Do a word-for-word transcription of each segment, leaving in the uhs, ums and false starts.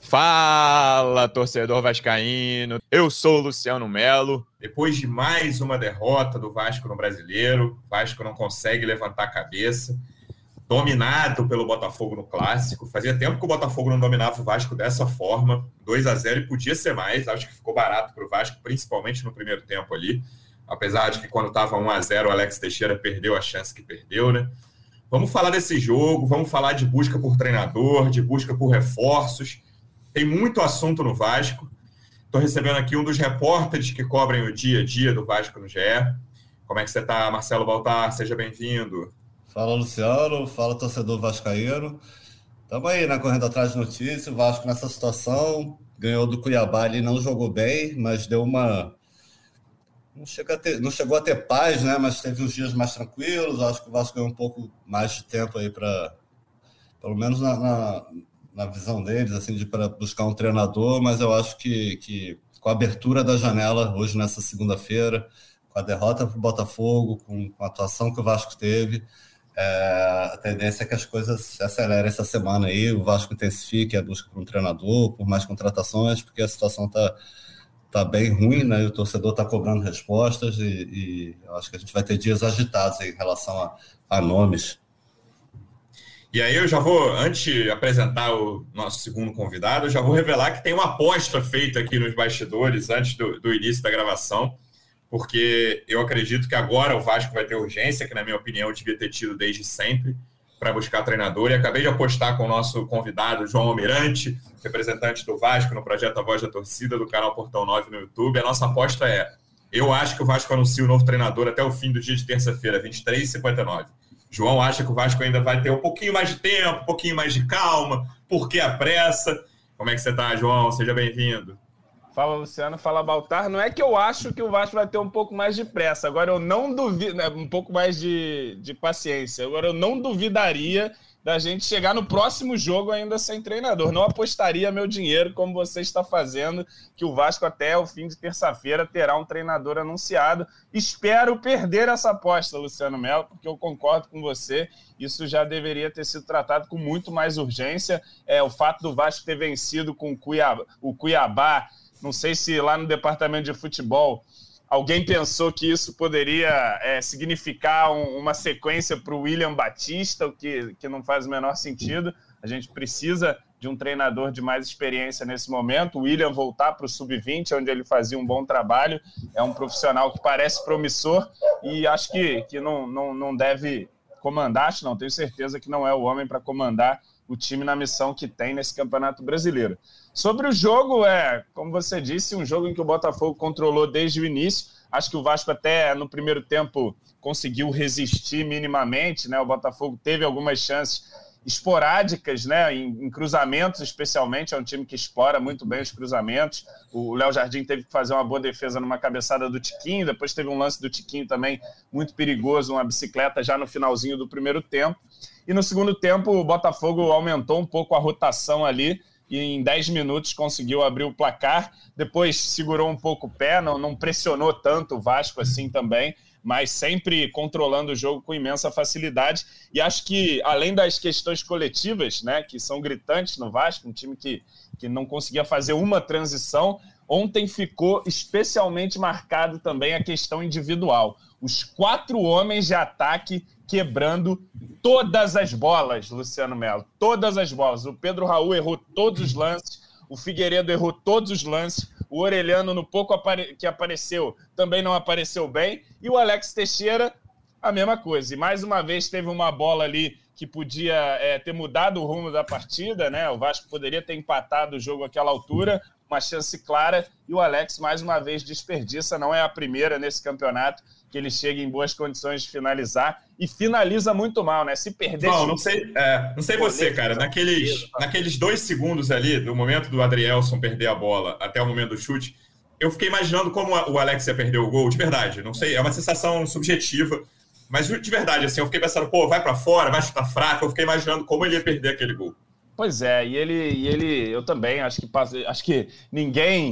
Fala, torcedor vascaíno. Eu sou o Luciano Melo. Depois de mais uma derrota do Vasco no Brasileiro, o Vasco não consegue levantar a cabeça, dominado pelo Botafogo no Clássico. Fazia tempo que o Botafogo não dominava o Vasco dessa forma, dois a zero, e podia ser mais. Acho que ficou barato para o Vasco, principalmente no primeiro tempo ali, apesar de que quando estava um a zero o Alex Teixeira perdeu a chance que perdeu, né? Vamos falar desse jogo, vamos falar de busca por treinador, de busca por reforços. Tem muito assunto no Vasco. Estou recebendo aqui um dos repórteres que cobrem o dia a dia do Vasco no G E. Como é que você está, Marcelo Baltar? Seja bem-vindo. Fala, Luciano. Fala, torcedor vascaíno. Estamos aí, né, correndo atrás de notícias. O Vasco nessa situação ganhou do Cuiabá, ele não jogou bem, mas deu uma... Não chegou a ter, não chegou a ter paz, né, mas teve uns dias mais tranquilos. Acho que o Vasco ganhou um pouco mais de tempo aí para, pelo menos na... na... na visão deles, assim, de para buscar um treinador, mas eu acho que, que com a abertura da janela hoje nessa segunda-feira, com a derrota para o Botafogo, com, com a atuação que o Vasco teve, é, a tendência é que as coisas se acelerem essa semana aí, o Vasco intensifique a busca por um treinador, por mais contratações, porque a situação está tá bem ruim, né? E o torcedor está cobrando respostas e, e eu acho que a gente vai ter dias agitados aí em relação a, a nomes. E aí eu já vou, antes de apresentar o nosso segundo convidado, eu já vou revelar que tem uma aposta feita aqui nos bastidores antes do, do início da gravação, porque eu acredito que agora o Vasco vai ter urgência, que na minha opinião devia ter tido desde sempre, para buscar treinador. E acabei de apostar com o nosso convidado, João Almirante, representante do Vasco no projeto A Voz da Torcida, do canal Portão nove no YouTube. A nossa aposta é, eu acho que o Vasco anuncia o novo treinador até o fim do dia de terça-feira, vinte e três e cinquenta e nove. João acha que o Vasco ainda vai ter um pouquinho mais de tempo, um pouquinho mais de calma. Por que a pressa? Como é que você está, João? Seja bem-vindo. Fala, Luciano. Fala, Baltar. Não é que eu acho que o Vasco vai ter um pouco mais de pressa. Agora, eu não duvido... Né, um pouco mais de, de paciência. Agora, eu não duvidaria da gente chegar no próximo jogo ainda sem treinador. Não apostaria meu dinheiro, como você está fazendo, que o Vasco até o fim de terça-feira terá um treinador anunciado. Espero perder essa aposta, Luciano Melo, porque eu concordo com você. Isso já deveria ter sido tratado com muito mais urgência. É, o fato do Vasco ter vencido com o Cuiabá, o Cuiabá, não sei se lá no departamento de futebol alguém pensou que isso poderia é, significar um, uma sequência para o William Batista, o que, que não faz o menor sentido. A gente precisa de um treinador de mais experiência nesse momento. O William voltar para o sub vinte, onde ele fazia um bom trabalho. É um profissional que parece promissor e acho que, que não, não, não deve comandar, acho não, tenho certeza que não é o homem para comandar o time na missão que tem nesse Campeonato Brasileiro. Sobre o jogo, é, como você disse, um jogo em que o Botafogo controlou desde o início. Acho que o Vasco até no primeiro tempo conseguiu resistir minimamente, né? O Botafogo teve algumas chances esporádicas, né? Em, em cruzamentos, especialmente, é um time que explora muito bem os cruzamentos. O Léo Jardim teve que fazer uma boa defesa numa cabeçada do Tiquinho, depois teve um lance do Tiquinho também muito perigoso, uma bicicleta já no finalzinho do primeiro tempo. E no segundo tempo, o Botafogo aumentou um pouco a rotação ali e em dez minutos conseguiu abrir o placar. Depois segurou um pouco o pé, não, não pressionou tanto o Vasco assim também, mas sempre controlando o jogo com imensa facilidade. E acho que, além das questões coletivas, né, que são gritantes no Vasco, um time que, que não conseguia fazer uma transição, ontem ficou especialmente marcado também a questão individual. Os quatro homens de ataque quebrando todas as bolas, Luciano Melo, todas as bolas. O Pedro Raul errou todos os lances, o Figueiredo errou todos os lances, o Orelhano, no pouco apare... que apareceu, também não apareceu bem, e o Alex Teixeira, a mesma coisa. E mais uma vez teve uma bola ali que podia é, ter mudado o rumo da partida, né? O Vasco poderia ter empatado o jogo àquela altura, uma chance clara, e o Alex, mais uma vez, desperdiça. Não é a primeira nesse campeonato que ele chega em boas condições de finalizar, e finaliza muito mal, né? Se perder... Não, não sei, é, não sei você, cara, naqueles, naqueles dois segundos ali, do momento do Adrielson perder a bola até o momento do chute, eu fiquei imaginando como o Alex ia perder o gol, de verdade, não sei, é uma sensação subjetiva, mas de verdade, assim, eu fiquei pensando, pô, vai pra fora, vai chutar fraco, eu fiquei imaginando como ele ia perder aquele gol. Pois é, e ele, e ele eu também, acho que, acho que ninguém...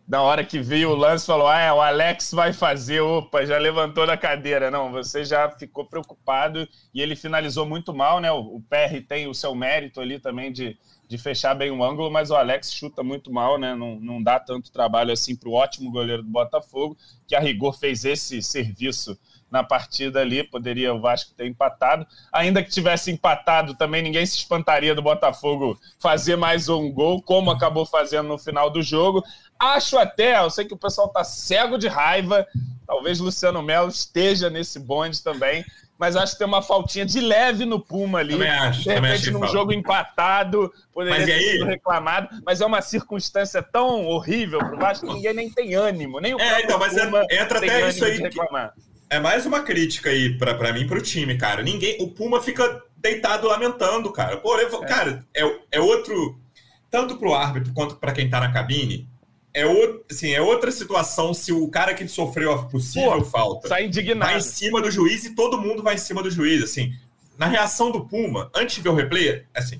na hora que veio o lance, falou, ah, é, o Alex vai fazer, opa, já levantou da cadeira. Não, você já ficou preocupado e ele finalizou muito mal, né? O, o P R tem o seu mérito ali também de, de fechar bem o ângulo, mas o Alex chuta muito mal, né? Não, não dá tanto trabalho assim para o ótimo goleiro do Botafogo, que a rigor fez esse serviço na partida ali, poderia o Vasco ter empatado. Ainda que tivesse empatado, também ninguém se espantaria do Botafogo fazer mais um gol, como acabou fazendo no final do jogo. Acho até, eu sei que o pessoal tá cego de raiva, talvez Luciano Melo esteja nesse bonde também, mas acho que tem uma faltinha de leve no Puma ali. Também acho, de repente, num jogo empatado, poderia mas ter aí... sido reclamado, mas é uma circunstância tão horrível pro Vasco que ninguém nem tem ânimo, nem o É, então, mas Puma entra tem até isso aí. de reclamar. É mais uma crítica aí pra, pra mim, pro time, cara. Ninguém, o Puma fica deitado lamentando, cara. Pô, eu, é. Cara, é, é outro... Tanto pro árbitro quanto pra quem tá na cabine, é, outro, assim, é outra situação se o cara que sofreu a possível Pô, falta sai indignado, vai em cima do juiz e todo mundo vai em cima do juiz, assim. Na reação do Puma, antes de ver o replay, assim...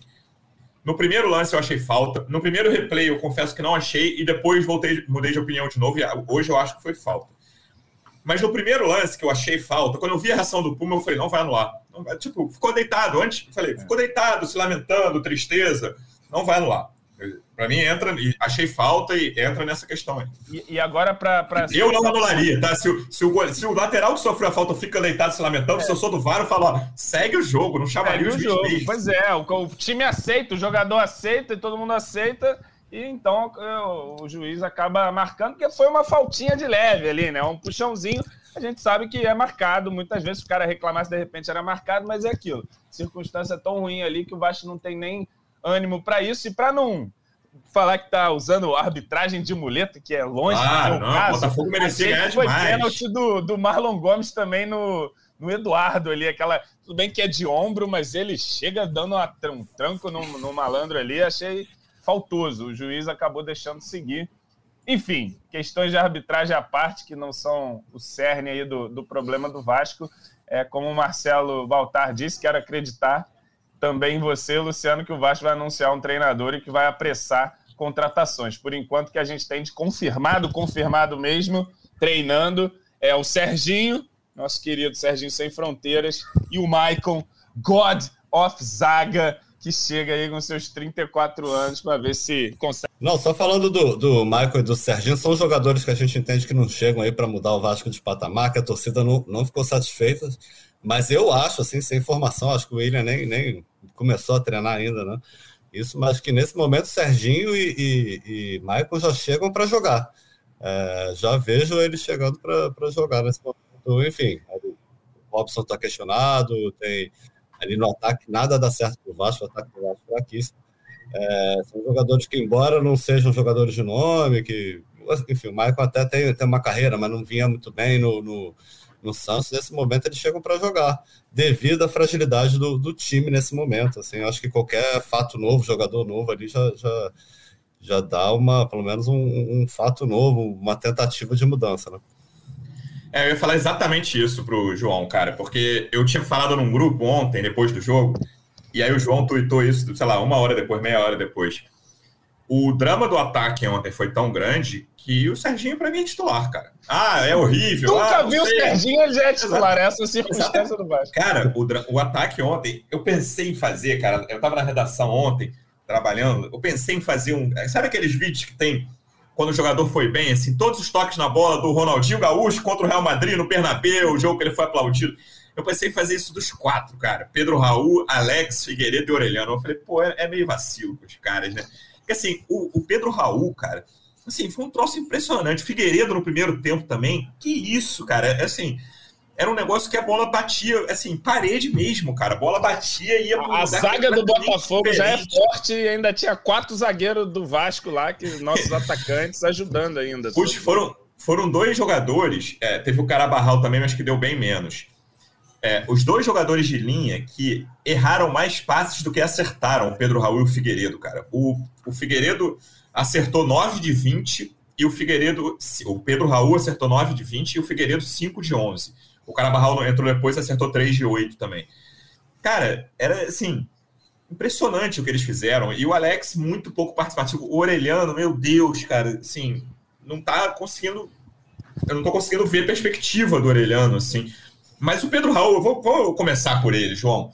No primeiro lance eu achei falta. No primeiro replay eu confesso que não achei e depois voltei, mudei de opinião de novo e hoje eu acho que foi falta. Mas no primeiro lance que eu achei falta, quando eu vi a reação do Puma, eu falei, não vai anular. Não vai. Tipo, ficou deitado. Antes, falei, ficou deitado, se lamentando, tristeza. Não vai anular. Para mim, entra, achei falta e entra nessa questão aí. E, e agora, para. Pra... Eu não anularia, tá? Se o, se, o, se o lateral que sofreu a falta fica deitado, se lamentando, é. Se eu sou do V A R, eu falo, ó, segue o jogo, não chamaria o jogo. Mesmo. Pois é, o, o time aceita, o jogador aceita e todo mundo aceita. E então o juiz acaba marcando, porque foi uma faltinha de leve ali, né? Um puxãozinho, a gente sabe que é marcado. Muitas vezes o cara reclamasse, de repente era marcado, mas é aquilo. Circunstância tão ruim ali que o Vasco não tem nem ânimo para isso. E para não falar que tá usando arbitragem de muleta, que é longe ah, do não, caso. O Botafogo merecia ganhar foi demais. Pênalti do, do Marlon Gomes também no, no Eduardo ali. Aquela, tudo bem que é de ombro, mas ele chega dando uma, um tranco no, no malandro ali. Achei... faltoso, o juiz acabou deixando seguir. Enfim, questões de arbitragem à parte, que não são o cerne aí do, do problema do Vasco. É, como o Marcelo Baltar disse, quero acreditar também em você, Luciano, que o Vasco vai anunciar um treinador e que vai apressar contratações. Por enquanto, que a gente tem de confirmado, confirmado mesmo, treinando, é o Serginho, nosso querido Serginho Sem Fronteiras, e o Maicon, God of Zaga, que chega aí com seus trinta e quatro anos para ver se consegue. Não, só falando do, do Michael e do Serginho, são jogadores que a gente entende que não chegam aí para mudar o Vasco de patamar, que a torcida não, não ficou satisfeita, mas eu acho, assim, sem informação, acho que o William nem, nem começou a treinar ainda, né? Isso, mas que nesse momento Serginho e, e, e Michael já chegam para jogar. É, já vejo eles chegando para jogar nesse momento. Enfim, o Robson está questionado, tem... Ali no ataque, nada dá certo para o Vasco, o ataque do Vasco é fraquíssimo. É, são jogadores que, embora não sejam jogadores de nome, que, enfim, o Michael até tem, tem uma carreira, mas não vinha muito bem no, no, no Santos. Nesse momento, eles chegam para jogar, devido à fragilidade do, do time nesse momento. Assim, eu acho que qualquer fato novo, jogador novo ali, já, já, já dá uma, pelo menos um, um fato novo, uma tentativa de mudança, né? É, eu ia falar exatamente isso pro João, cara, porque eu tinha falado num grupo ontem, depois do jogo, e aí o João tuitou isso, sei lá, uma hora depois, meia hora depois. O drama do ataque ontem foi tão grande que o Serginho, pra mim, é titular, cara. Ah, é horrível. Nunca ah, vi o Serginho, ele já é titular, essa circunstância Exato. do Vasco. Cara, o, o ataque ontem, eu pensei em fazer, cara, eu tava na redação ontem, trabalhando, eu pensei em fazer um... Sabe aqueles vídeos que tem... Quando o jogador foi bem, assim, todos os toques na bola do Ronaldinho Gaúcho contra o Real Madrid no Bernabéu, o jogo que ele foi aplaudido. Eu pensei em fazer isso dos quatro, cara. Pedro Raul, Alex, Figueiredo e Orelhano. Eu falei, pô, é meio vacilo com os caras, né? Porque, assim, o, o Pedro Raul, cara, assim, foi um troço impressionante. Figueiredo no primeiro tempo também. Que isso, cara? É, assim, era um negócio que a bola batia, assim, parede mesmo, cara. A bola batia e ia... A, a zaga do Botafogo diferente. Já é forte e ainda tinha quatro zagueiros do Vasco lá, que nossos atacantes ajudando ainda. Puxa, foram, foram dois jogadores, é, teve o Carabarral também, mas que deu bem menos. É, os dois jogadores de linha que erraram mais passes do que acertaram, o Pedro Raul e o Figueiredo, cara. O, o Figueiredo acertou nove de vinte e o Figueiredo... O Pedro Raul acertou nove de vinte e o Figueiredo cinco de onze. O Carabarral entrou depois e acertou três de oito também. Cara, era assim, impressionante o que eles fizeram. E o Alex, muito pouco participativo. O Orelhano, meu Deus, cara, assim, não tá conseguindo... Eu não tô conseguindo ver a perspectiva do Orelhano, assim. Mas o Pedro Raul, eu vou, vou começar por ele, João,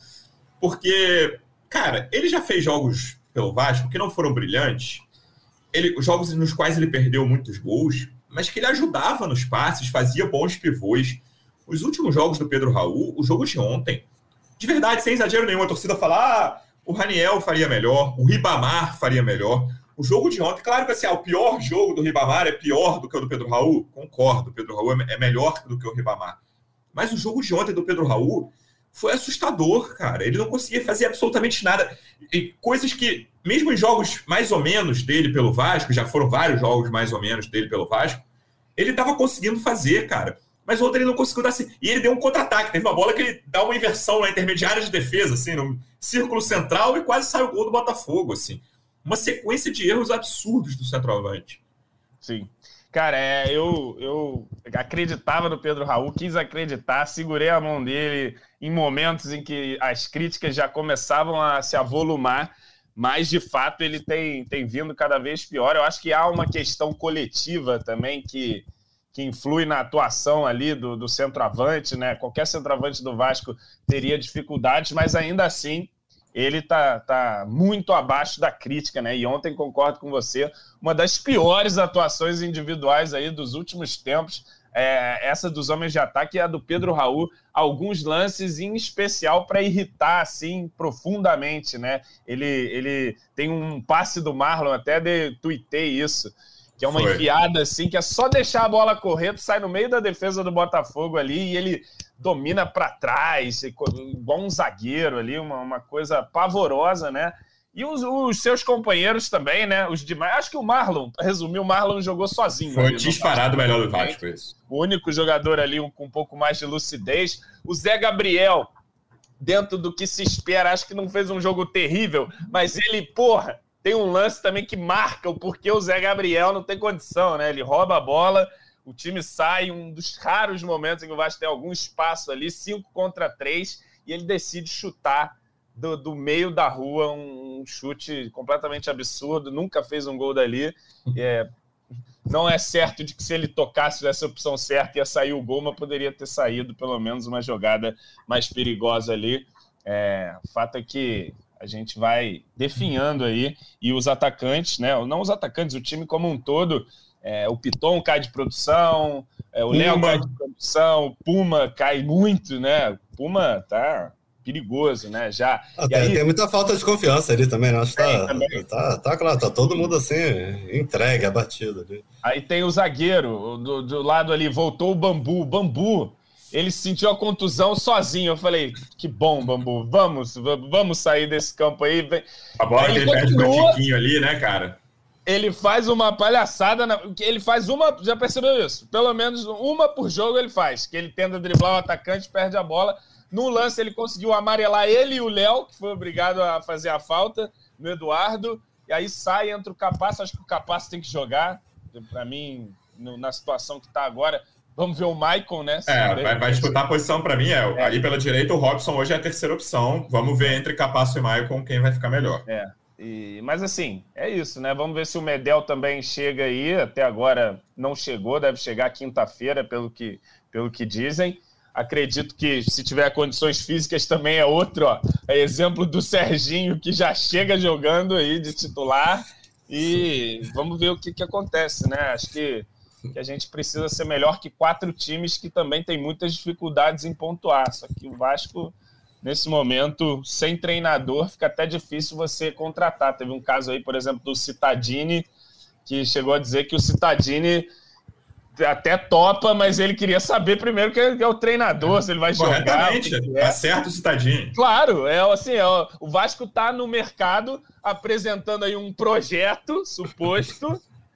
porque, cara, ele já fez jogos pelo Vasco que não foram brilhantes, ele, jogos nos quais ele perdeu muitos gols, mas que ele ajudava nos passes, fazia bons pivôs. Os últimos jogos do Pedro Raul, o jogo de ontem, de verdade, sem exagero nenhum, a torcida fala, ah, o Raniel faria melhor, o Ribamar faria melhor. O jogo de ontem, claro que assim, ah, o pior jogo do Ribamar é pior do que o do Pedro Raul, concordo, o Pedro Raul é melhor do que o Ribamar. Mas o jogo de ontem do Pedro Raul foi assustador, cara. Ele não conseguia fazer absolutamente nada. E coisas que, mesmo em jogos mais ou menos dele pelo Vasco, já foram vários jogos mais ou menos dele pelo Vasco, ele estava conseguindo fazer, cara. Mas ontem ele não conseguiu dar assim. E ele deu um contra-ataque. Teve uma bola que ele dá uma inversão na intermediária de defesa, assim, no círculo central, e quase sai o gol do Botafogo, assim. Uma sequência de erros absurdos do centroavante. Sim. Cara, é, eu, eu acreditava no Pedro Raul, quis acreditar, segurei a mão dele em momentos em que as críticas já começavam a se avolumar, mas, de fato, ele tem, tem vindo cada vez pior. Eu acho que há uma questão coletiva também que, que influi na atuação ali do, do centroavante, né? Qualquer centroavante do Vasco teria dificuldades, mas, ainda assim, ele tá, tá muito abaixo da crítica, né? E ontem, concordo com você, uma das piores atuações individuais aí dos últimos tempos, é essa dos homens de ataque, é a do Pedro Raul. Alguns lances em especial para irritar, assim, profundamente, né? Ele, ele tem um passe do Marlon, até de, tuitei isso, que é uma Foi. enfiada, assim, que é só deixar a bola correr, tu sai no meio da defesa do Botafogo ali e ele domina para trás, igual um zagueiro ali, uma, uma coisa pavorosa, né? E os, os seus companheiros também, né? Os demais. Acho que o Marlon, para resumir, o Marlon jogou sozinho. Foi disparado o melhor do Vasco, isso. O único jogador ali um, com um pouco mais de lucidez. O Zé Gabriel, dentro do que se espera, acho que não fez um jogo terrível, mas ele, porra, tem um lance também que marca o porquê o Zé Gabriel não tem condição, né? Ele rouba a bola, o time sai, um dos raros momentos em que o Vasco tem algum espaço ali, cinco contra três, e ele decide chutar do, do meio da rua, um, um chute completamente absurdo, nunca fez um gol dali. É, não é certo de que se ele tocasse essa opção certa ia sair o gol, mas poderia ter saído pelo menos uma jogada mais perigosa ali. É, o fato é que a gente vai definhando aí, e os atacantes, né? Não os atacantes, o time como um todo, é, o Piton cai de produção, é, o Léo cai de produção, o Puma cai muito, né? O Puma tá perigoso, né? Já. Até, aí... Tem muita falta de confiança ali também, né? Acho que tá, tá, tá, claro, tá todo mundo assim, entregue, abatido ali. Aí tem o zagueiro, do, do lado ali, voltou o Bambu, o Bambu. Ele sentiu a contusão sozinho. Eu falei, que bom, Bambu, vamos, vamos sair desse campo aí. A bola aí que ele perde com o Tiquinho ali, né, cara? Ele faz uma palhaçada, na... ele faz uma, já percebeu isso? Pelo menos uma por jogo ele faz, que ele tenta driblar o atacante, perde a bola. No lance ele conseguiu amarelar ele e o Léo, que foi obrigado a fazer a falta, no Eduardo, e aí sai, entra o Capasso, acho que o Capasso tem que jogar, pra mim, no, na situação que tá agora. Vamos ver o Maicon, né? É, vai, vai disputar a posição para mim. É, é. Ali pela direita, o Robson hoje é a terceira opção. Vamos ver entre Capasso e Maicon quem vai ficar melhor. É, e, mas assim, é isso, né? Vamos ver se o Medel também chega aí. Até agora não chegou, deve chegar quinta-feira, pelo que, pelo que dizem. Acredito que se tiver condições físicas também é outro, ó. É exemplo do Serginho, que já chega jogando aí de titular. E vamos ver o que, que acontece, né? Acho que que a gente precisa ser melhor que quatro times que também têm muitas dificuldades em pontuar. Só que o Vasco, nesse momento, sem treinador, fica até difícil você contratar. Teve um caso aí, por exemplo, do Cittadini, que chegou a dizer que o Cittadini até topa, mas ele queria saber primeiro que é o treinador, se ele vai jogar. Corretamente, é. Acerta o Cittadini. Claro, é assim, é, o Vasco está no mercado apresentando aí um projeto suposto,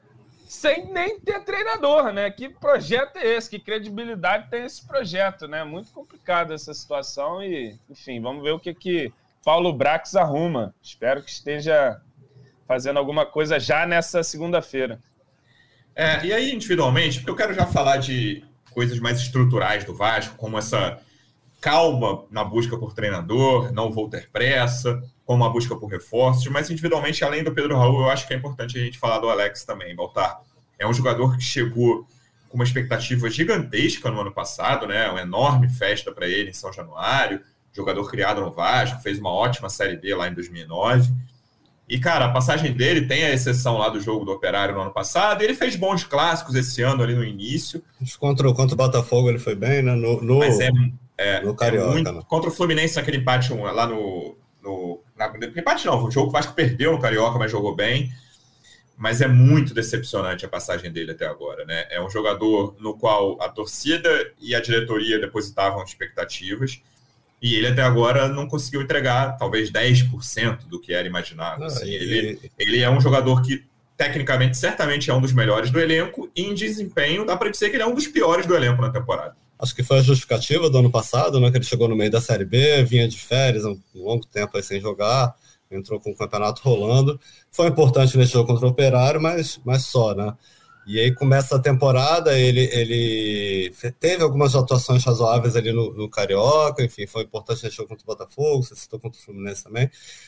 sem nem ter treinador, né? Que projeto é esse? Que credibilidade tem esse projeto, né? Muito complicada essa situação e, enfim, vamos ver o que que Paulo Brax arruma. Espero que esteja fazendo alguma coisa já nessa segunda-feira. É, e aí, individualmente, porque eu quero já falar de coisas mais estruturais do Vasco, como essa calma na busca por treinador, não vou ter pressa, como a busca por reforços, mas individualmente, além do Pedro Raul, eu acho que é importante a gente falar do Alex também, Baltar. é um jogador que chegou com uma expectativa gigantesca no ano passado, né? Uma enorme festa para ele em São Januário, jogador criado no Vasco, fez uma ótima Série B lá em dois mil e nove. E, cara, a passagem dele tem a exceção lá do jogo do Operário no ano passado, e ele fez bons clássicos esse ano ali no início. Contra, contra o Botafogo ele foi bem, né? No, no, Mas é, é, no Carioca, é muito, né? Contra o Fluminense naquele empate lá no... no na, empate não, o jogo que o Vasco perdeu no Carioca, mas jogou bem. Mas é muito decepcionante a passagem dele até agora, né? É um jogador no qual a torcida e a diretoria depositavam expectativas, e ele até agora não conseguiu entregar talvez dez por cento do que era imaginável. Assim. e... ele, ele é um jogador que, tecnicamente, certamente é um dos melhores do elenco, e em desempenho dá para dizer que ele é um dos piores do elenco na temporada. Acho que foi a justificativa do ano passado, né? Que ele chegou no meio da Série B, vinha de férias, um longo tempo aí sem jogar, entrou com o campeonato rolando. Foi importante nesse jogo contra o Operário, mas, mas só, né? E aí começa a temporada, ele, ele teve algumas atuações razoáveis ali no, no Carioca, enfim, foi importante nesse jogo contra o Botafogo, você citou contra o Fluminense também.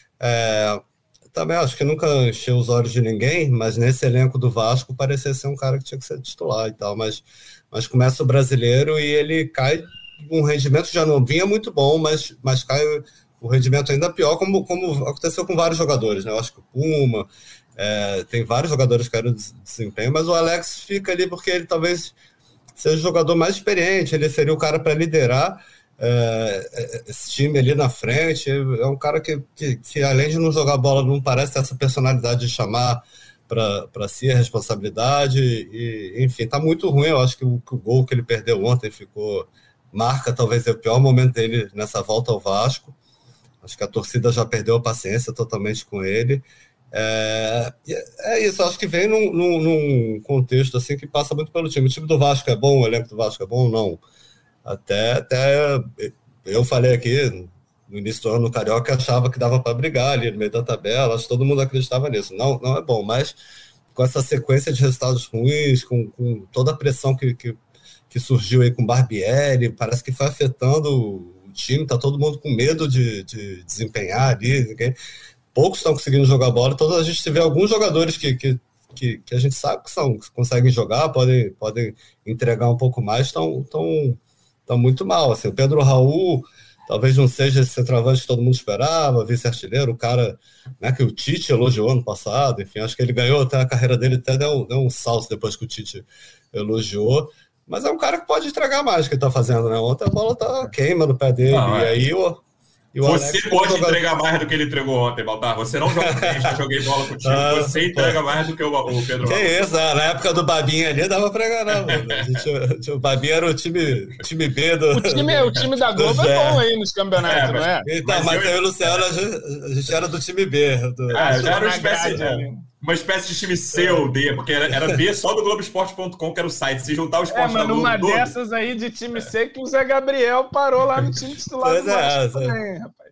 É, também acho que nunca encheu os olhos de ninguém, mas nesse elenco do Vasco parecia ser um cara que tinha que ser titular e tal, mas, mas começa o Brasileiro e ele cai, um rendimento já não vinha muito bom, mas, mas cai o rendimento ainda pior, como, como aconteceu com vários jogadores, né? Eu acho que o Puma... É, tem vários jogadores que querem desempenho, mas o Alex fica ali porque ele talvez seja o jogador mais experiente, ele seria o cara para liderar é, esse time ali na frente. É um cara que, que, que, além de não jogar bola, não parece ter essa personalidade de chamar para si a responsabilidade. E, enfim, tá muito ruim. Eu acho que o, que o gol que ele perdeu ontem ficou, marca talvez o pior momento dele nessa volta ao Vasco. Acho que a torcida já perdeu a paciência totalmente com ele. É, é isso, acho que vem num, num, num contexto assim que passa muito pelo time. O time do Vasco é bom, o elenco do Vasco é bom? Não. Até, até eu falei aqui no início do ano no Carioca, achava que dava para brigar ali no meio da tabela, acho que todo mundo acreditava nisso. Não, não é bom, mas com essa sequência de resultados ruins, com, com toda a pressão que, que, que surgiu aí com o Barbieri, parece que foi afetando o time, tá todo mundo com medo de, de desempenhar ali, ninguém... Poucos estão conseguindo jogar bola, toda a gente vê alguns jogadores que, que, que, que a gente sabe que, são, que conseguem jogar, podem, podem entregar um pouco mais, estão, estão, estão muito mal. Assim, o Pedro Raul talvez não seja esse centroavante que todo mundo esperava, vice-artilheiro, o cara, né, que o Tite elogiou ano passado, enfim, acho que ele ganhou até a carreira dele, até deu, deu um salto depois que o Tite elogiou, mas é um cara que pode entregar mais que ele está fazendo, né? Ontem a bola tá queima no pé dele, não, e é. aí o Você pode jogador... entregar mais do que ele entregou ontem, Baltar. Você não joga bem, já joguei bola contigo. Ah, você entrega pô. mais do que o, o Pedro. Que Raul. Isso, na época do Babinha ali dava pra enganar. Gente, o Babinha era o time, time B do. O time, o time da Globo é bom aí nos campeonatos, é, não é? Então, mas, mas eu e o Luciano, a gente, a gente era do time B. Do... Ah, já era uma espécie, uma espécie de time C ou D, porque era, era B só do Globoesporte ponto com, que era o site. Se juntar o esporte é, da Globo numa todo... dessas aí de time C que o Zé Gabriel parou lá no time titular pois do Vasco é, também, rapaz.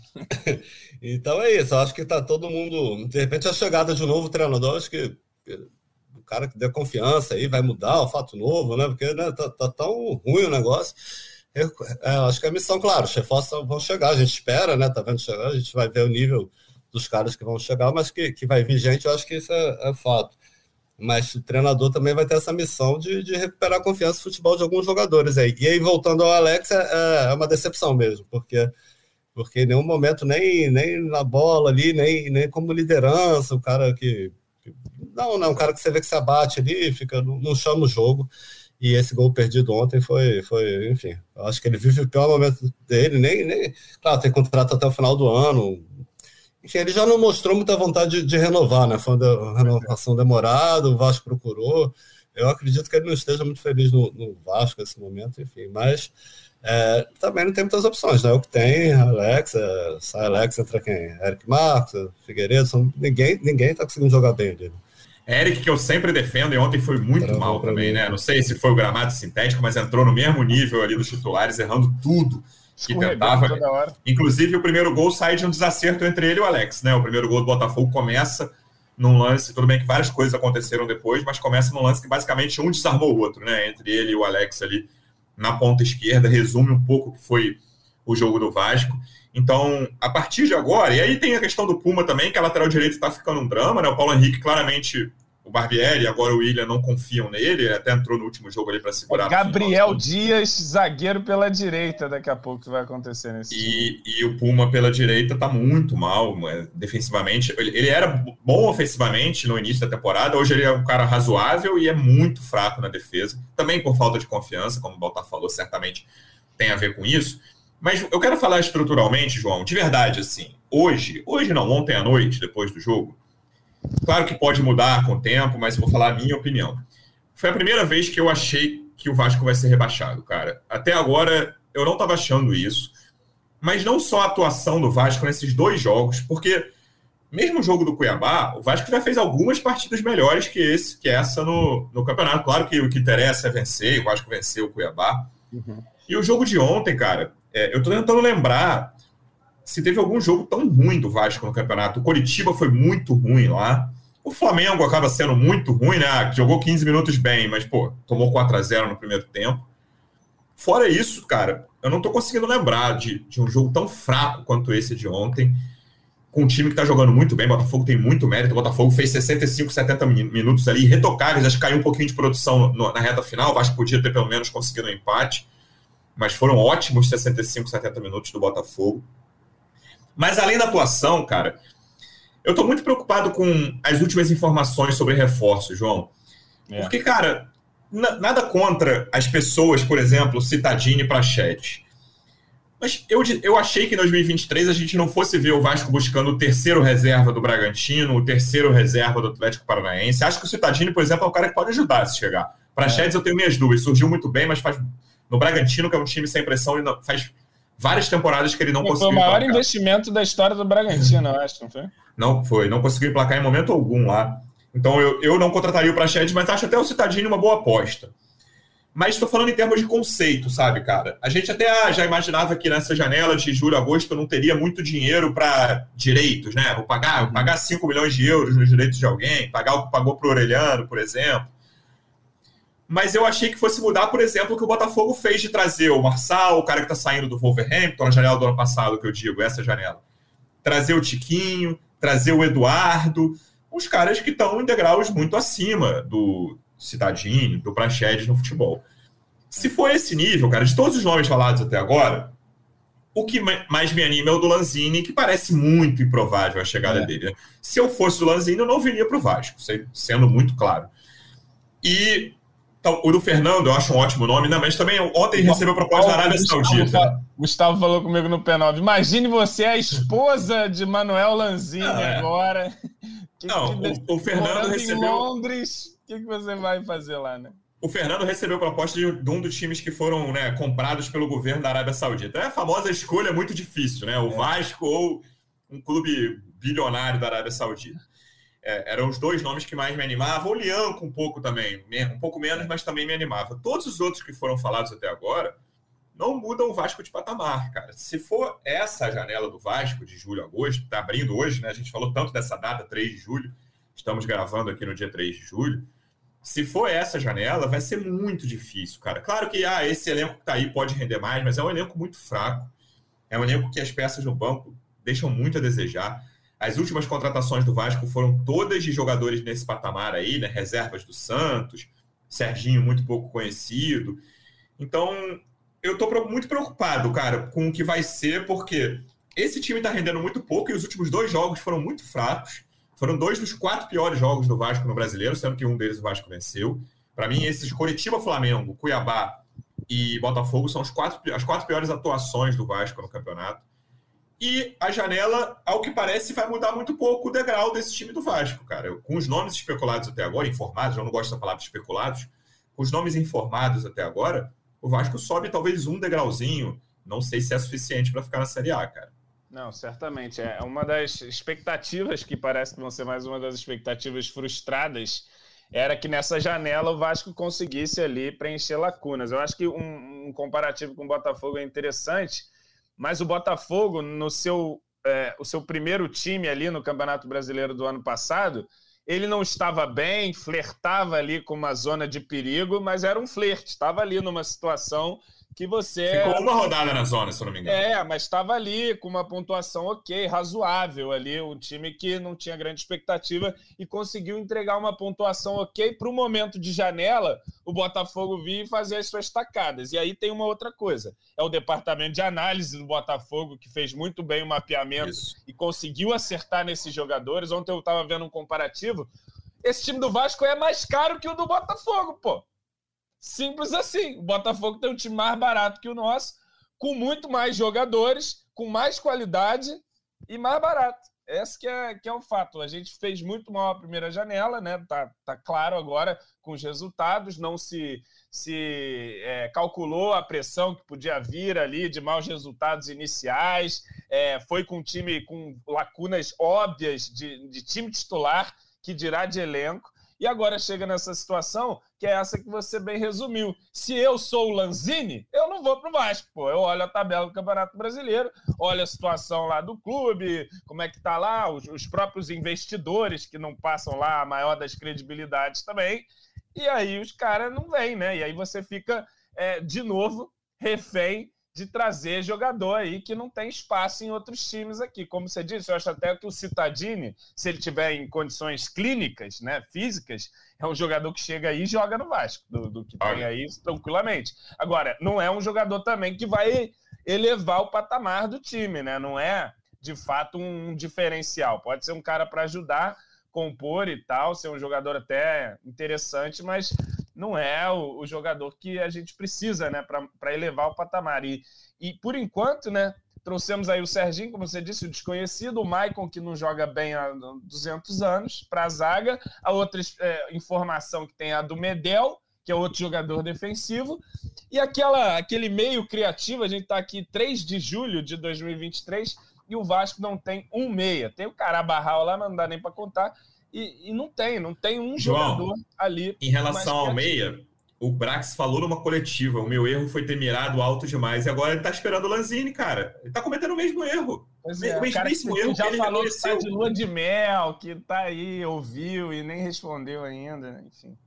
Então é isso, eu acho que tá todo mundo, de repente a chegada de um novo treinador, acho que, que o cara que deu confiança aí vai mudar o fato novo, né, porque né, tá, tá tão ruim o negócio. Eu, é, acho que a missão, claro, os reforços vão chegar, a gente espera, né, tá vendo chegar, a gente vai ver o nível dos caras que vão chegar, mas que, que vai vir gente, eu acho que isso é, é fato. Mas o treinador também vai ter essa missão de, de recuperar a confiança no futebol de alguns jogadores aí. E aí, voltando ao Alex, é, é uma decepção mesmo, porque porque em nenhum momento, nem, nem na bola ali, nem, nem como liderança, o cara que... Não, não, um cara que você vê que se abate ali, fica, não, não chama o jogo, e esse gol perdido ontem foi, foi enfim, eu acho que ele vive o pior momento dele, nem, nem claro, tem contrato até o final do ano, enfim, ele já não mostrou muita vontade de, de renovar, né, foi uma renovação demorada, o Vasco procurou, eu acredito que ele não esteja muito feliz no, no Vasco nesse momento, enfim, mas... É, também não tem muitas opções, né? O que tem, Alex, é, sai Alex, entra quem? Eric Marcos, Figueiredo, são, ninguém, ninguém tá conseguindo jogar bem ali. Eric, que eu sempre defendo, e ontem foi muito Travou mal também, mim. né? Não sei se foi o gramado sintético, mas entrou no mesmo nível ali dos titulares, errando tudo que tentava. Inclusive, o primeiro gol sai de um desacerto entre ele e o Alex, né? O primeiro gol do Botafogo começa num lance, tudo bem que várias coisas aconteceram depois, mas começa num lance que basicamente um desarmou o outro, né? Entre ele e o Alex ali, na ponta esquerda, resume um pouco o que foi o jogo do Vasco. Então, a partir de agora, e aí tem a questão do Puma também, que a lateral direita está ficando um drama, né? O Paulo Henrique claramente o Barbieri, agora o William não confiam nele, ele até entrou no último jogo ali para segurar. Gabriel Dias, zagueiro pela direita, daqui a pouco que vai acontecer nesse e, e o Puma pela direita tá muito mal, defensivamente. Ele, ele era bom ofensivamente no início da temporada, hoje ele é um cara razoável e é muito fraco na defesa, também por falta de confiança, como o Baltar falou, certamente tem a ver com isso. Mas eu quero falar estruturalmente, João, de verdade, assim, hoje, hoje não, ontem à noite, depois do jogo, claro que pode mudar com o tempo, mas eu vou falar a minha opinião. Foi a primeira vez que eu achei que o Vasco vai ser rebaixado, cara. Até agora, eu não estava achando isso. Mas não só a atuação do Vasco nesses dois jogos, porque mesmo o jogo do Cuiabá, o Vasco já fez algumas partidas melhores que, esse, que essa no, no campeonato. Claro que o que interessa é vencer, o Vasco venceu o Cuiabá. Uhum. E o jogo de ontem, cara, é, eu estou tentando lembrar se teve algum jogo tão ruim do Vasco no campeonato. O Coritiba foi muito ruim lá. O Flamengo acaba sendo muito ruim, né? Jogou quinze minutos bem, mas, pô, tomou quatro a zero no primeiro tempo. Fora isso, cara, eu não tô conseguindo lembrar de, de um jogo tão fraco quanto esse de ontem, com um time que tá jogando muito bem. O Botafogo tem muito mérito. O Botafogo fez sessenta e cinco, setenta minutos ali, irretocáveis. Acho que caiu um pouquinho de produção no, na reta final. O Vasco podia ter pelo menos conseguido um empate, mas foram ótimos sessenta e cinco, setenta minutos do Botafogo. Mas além da atuação, cara, eu estou muito preocupado com as últimas informações sobre reforços, João. É. Porque, cara, n- nada contra as pessoas, por exemplo, Cittadini e Prachetti. Mas eu, eu achei que em dois mil e vinte e três a gente não fosse ver o Vasco buscando o terceiro reserva do Bragantino, o terceiro reserva do Atlético Paranaense. Acho que o Cittadini, por exemplo, é um cara que pode ajudar se chegar. Prachetti, é. eu tenho minhas dúvidas. Surgiu muito bem, mas faz no Bragantino, que é um time sem pressão, ele não, faz... várias temporadas que ele não foi conseguiu emplacar. Foi o maior emplacar. investimento da história do Bragantino, eu acho, não foi? Não foi, não conseguiu emplacar em momento algum lá. Então eu, eu não contrataria o Prachetti, mas acho até o Cittadini uma boa aposta. Mas estou falando em termos de conceito, sabe, cara? A gente até já imaginava que nessa janela de julho a agosto não teria muito dinheiro para direitos, né? Vou pagar, vou pagar cinco milhões de euros nos direitos de alguém, pagar o que pagou para o Orelhano, por exemplo. Mas eu achei que fosse mudar, por exemplo, o que o Botafogo fez de trazer o Marçal, o cara que está saindo do Wolverhampton, na janela do ano passado, que eu digo, essa janela. Trazer o Tiquinho, trazer o Eduardo, uns caras que estão em degraus muito acima do Cittadini, do Prachetti no futebol. Se for esse nível, cara, de todos os nomes falados até agora, o que mais me anima é o do Lanzini, que parece muito improvável a chegada é. dele. Né? Se eu fosse o Lanzini, eu não viria para o Vasco, sendo muito claro. E... Então, o do Fernando, eu acho um ótimo nome, né? Mas também ontem recebeu proposta da Arábia Saudita. Gustavo, Gustavo falou comigo no P nove. Imagine você a esposa de Manuel Lanzini ah, é. agora. Que Não, que o, o Fernando recebeu... em Londres, o que, que você vai fazer lá, né? O Fernando recebeu proposta de, de um dos times que foram, né, comprados pelo governo da Arábia Saudita. É a famosa escolha muito difícil, né? O é. Vasco ou um clube bilionário da Arábia Saudita. É, eram os dois nomes que mais me animavam. O Lianco um pouco também, um pouco menos, mas também me animava. Todos os outros que foram falados até agora não mudam o Vasco de patamar, cara. Se for essa janela do Vasco, de julho a agosto, está abrindo hoje, né? A gente falou tanto dessa data, três de julho, estamos gravando aqui no dia três de julho. Se for essa janela, vai ser muito difícil, cara. Claro que ah, esse elenco que está aí pode render mais, mas é um elenco muito fraco. É um elenco que as peças no banco deixam muito a desejar. As últimas contratações do Vasco foram todas de jogadores nesse patamar aí, né? Reservas do Santos, Serginho muito pouco conhecido. Então, eu estou muito preocupado, cara, com o que vai ser, porque esse time está rendendo muito pouco e os últimos dois jogos foram muito fracos. Foram dois dos quatro piores jogos do Vasco no Brasileiro, sendo que um deles o Vasco venceu. Para mim, esses Coritiba, Flamengo, Cuiabá e Botafogo são os quatro, as quatro piores atuações do Vasco no campeonato. E a janela, ao que parece, vai mudar muito pouco o degrau desse time do Vasco, cara. Com os nomes especulados até agora, informados, eu não gosto da palavra especulados, com os nomes informados até agora, o Vasco sobe talvez um degrauzinho. Não sei se é suficiente para ficar na Série A, cara. Não, certamente. É uma das expectativas, que parece que vão ser mais uma das expectativas frustradas, era que nessa janela o Vasco conseguisse ali preencher lacunas. Eu acho que um, um comparativo com o Botafogo é interessante, mas o Botafogo, no seu, é, o seu primeiro time ali no Campeonato Brasileiro do ano passado, ele não estava bem, flertava ali com uma zona de perigo, mas era um flerte, estava ali numa situação que você... Ficou uma rodada na zona, se eu não me engano. É, mas estava ali com uma pontuação ok, razoável ali, um time que não tinha grande expectativa e conseguiu entregar uma pontuação ok para o momento de janela, o Botafogo vir e fazer as suas tacadas. E aí tem uma outra coisa, é o departamento de análise do Botafogo, que fez muito bem o mapeamento Isso. e conseguiu acertar nesses jogadores. Ontem eu estava vendo um comparativo, esse time do Vasco é mais caro que o do Botafogo, pô. Simples assim. O Botafogo tem um time mais barato que o nosso, com muito mais jogadores, com mais qualidade e mais barato. Esse que é, que é o fato. A gente fez muito mal a primeira janela, né? Tá, tá claro agora com os resultados. Não se, se é, calculou a pressão que podia vir ali de maus resultados iniciais. É, foi com um time com lacunas óbvias de, de time titular, que dirá de elenco. E agora chega nessa situação, que é essa que você bem resumiu. Se eu sou o Lanzini, eu não vou pro Vasco, pô. Eu olho a tabela do Campeonato Brasileiro, olho a situação lá do clube, como é que tá lá, os, os próprios investidores que não passam lá a maior das credibilidades também, e aí os caras não vêm, né? E aí você fica, é, de novo, refém de trazer jogador aí que não tem espaço em outros times aqui. Como você disse, eu acho até que o Cittadini, se ele tiver em condições clínicas, né, físicas, é um jogador que chega aí e joga no Vasco, do, do que tem aí tranquilamente. Agora, não é um jogador também que vai elevar o patamar do time, né? Não é, de fato, um diferencial. Pode ser um cara para ajudar, compor e tal, ser um jogador até interessante, mas não é o, o jogador que a gente precisa, né, para elevar o patamar. E, e, por enquanto, né, trouxemos aí o Serginho, como você disse, o desconhecido, o Maicon, que não joga bem há duzentos anos, para a zaga. A outra é, informação que tem é a do Medel, que é outro jogador defensivo. E aquela, aquele meio criativo, a gente está aqui três de julho de dois mil e vinte e três, e o Vasco não tem um meia. Tem o Carabarral lá, mas não dá nem para contar. E, e não tem, não tem um João, jogador ali. Em relação ao meia, o Brax falou numa coletiva, o meu erro foi ter mirado alto demais, e agora ele tá esperando o Lanzini, cara. Ele tá cometendo o mesmo erro. Pois é, o mesmíssimo erro que já falou que tá de lua de mel, que tá aí, ouviu e nem respondeu ainda, enfim.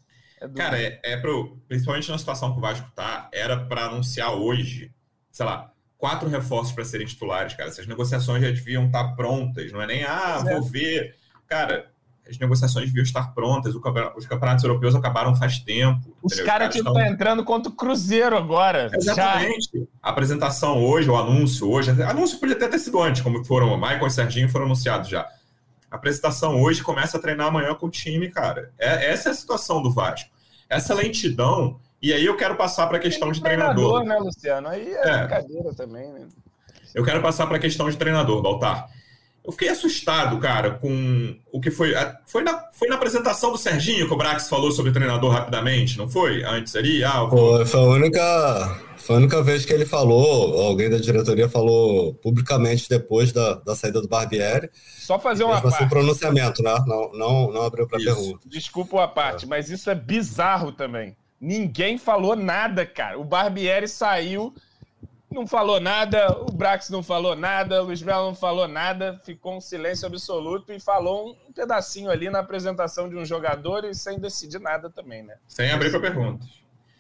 É cara, é, é pro, principalmente na situação que o Vasco tá, era para anunciar hoje, sei lá, quatro reforços para serem titulares, cara. Essas negociações já deviam estar prontas, não é nem, ah, pois vou é. ver. Cara, as negociações deviam estar prontas, os campeonatos europeus acabaram faz tempo. Os caras cara estão tá entrando contra o Cruzeiro agora. Exatamente. Já. A apresentação hoje, o anúncio hoje, o anúncio podia até ter sido antes, como foram o Maicon e o Serginho foram anunciados já. A apresentação hoje começa a treinar amanhã com o time, cara. É, essa é a situação do Vasco. Essa lentidão, e aí eu quero passar para a questão de treinador. treinador, né, Luciano? Aí é, é. brincadeira também, né? Eu quero passar para a questão de treinador, Baltar. Eu fiquei assustado, cara, com o que foi... Foi na, foi na apresentação do Serginho que o Brax falou sobre o treinador rapidamente, não foi? Antes ali? Ah, foi, foi, a única, foi a única vez que ele falou, alguém da diretoria falou publicamente depois da, da saída do Barbieri. Só fazer uma parte. Um pronunciamento, né? Não, não, não abriu para pergunta. Desculpa a parte, é. mas isso é bizarro também. Ninguém falou nada, cara. O Barbieri saiu... Não falou nada, o Brax não falou nada, o Luiz Melo não falou nada, ficou um silêncio absoluto e falou um pedacinho ali na apresentação de um jogador e sem decidir nada também, né? Sem abrir para perguntas.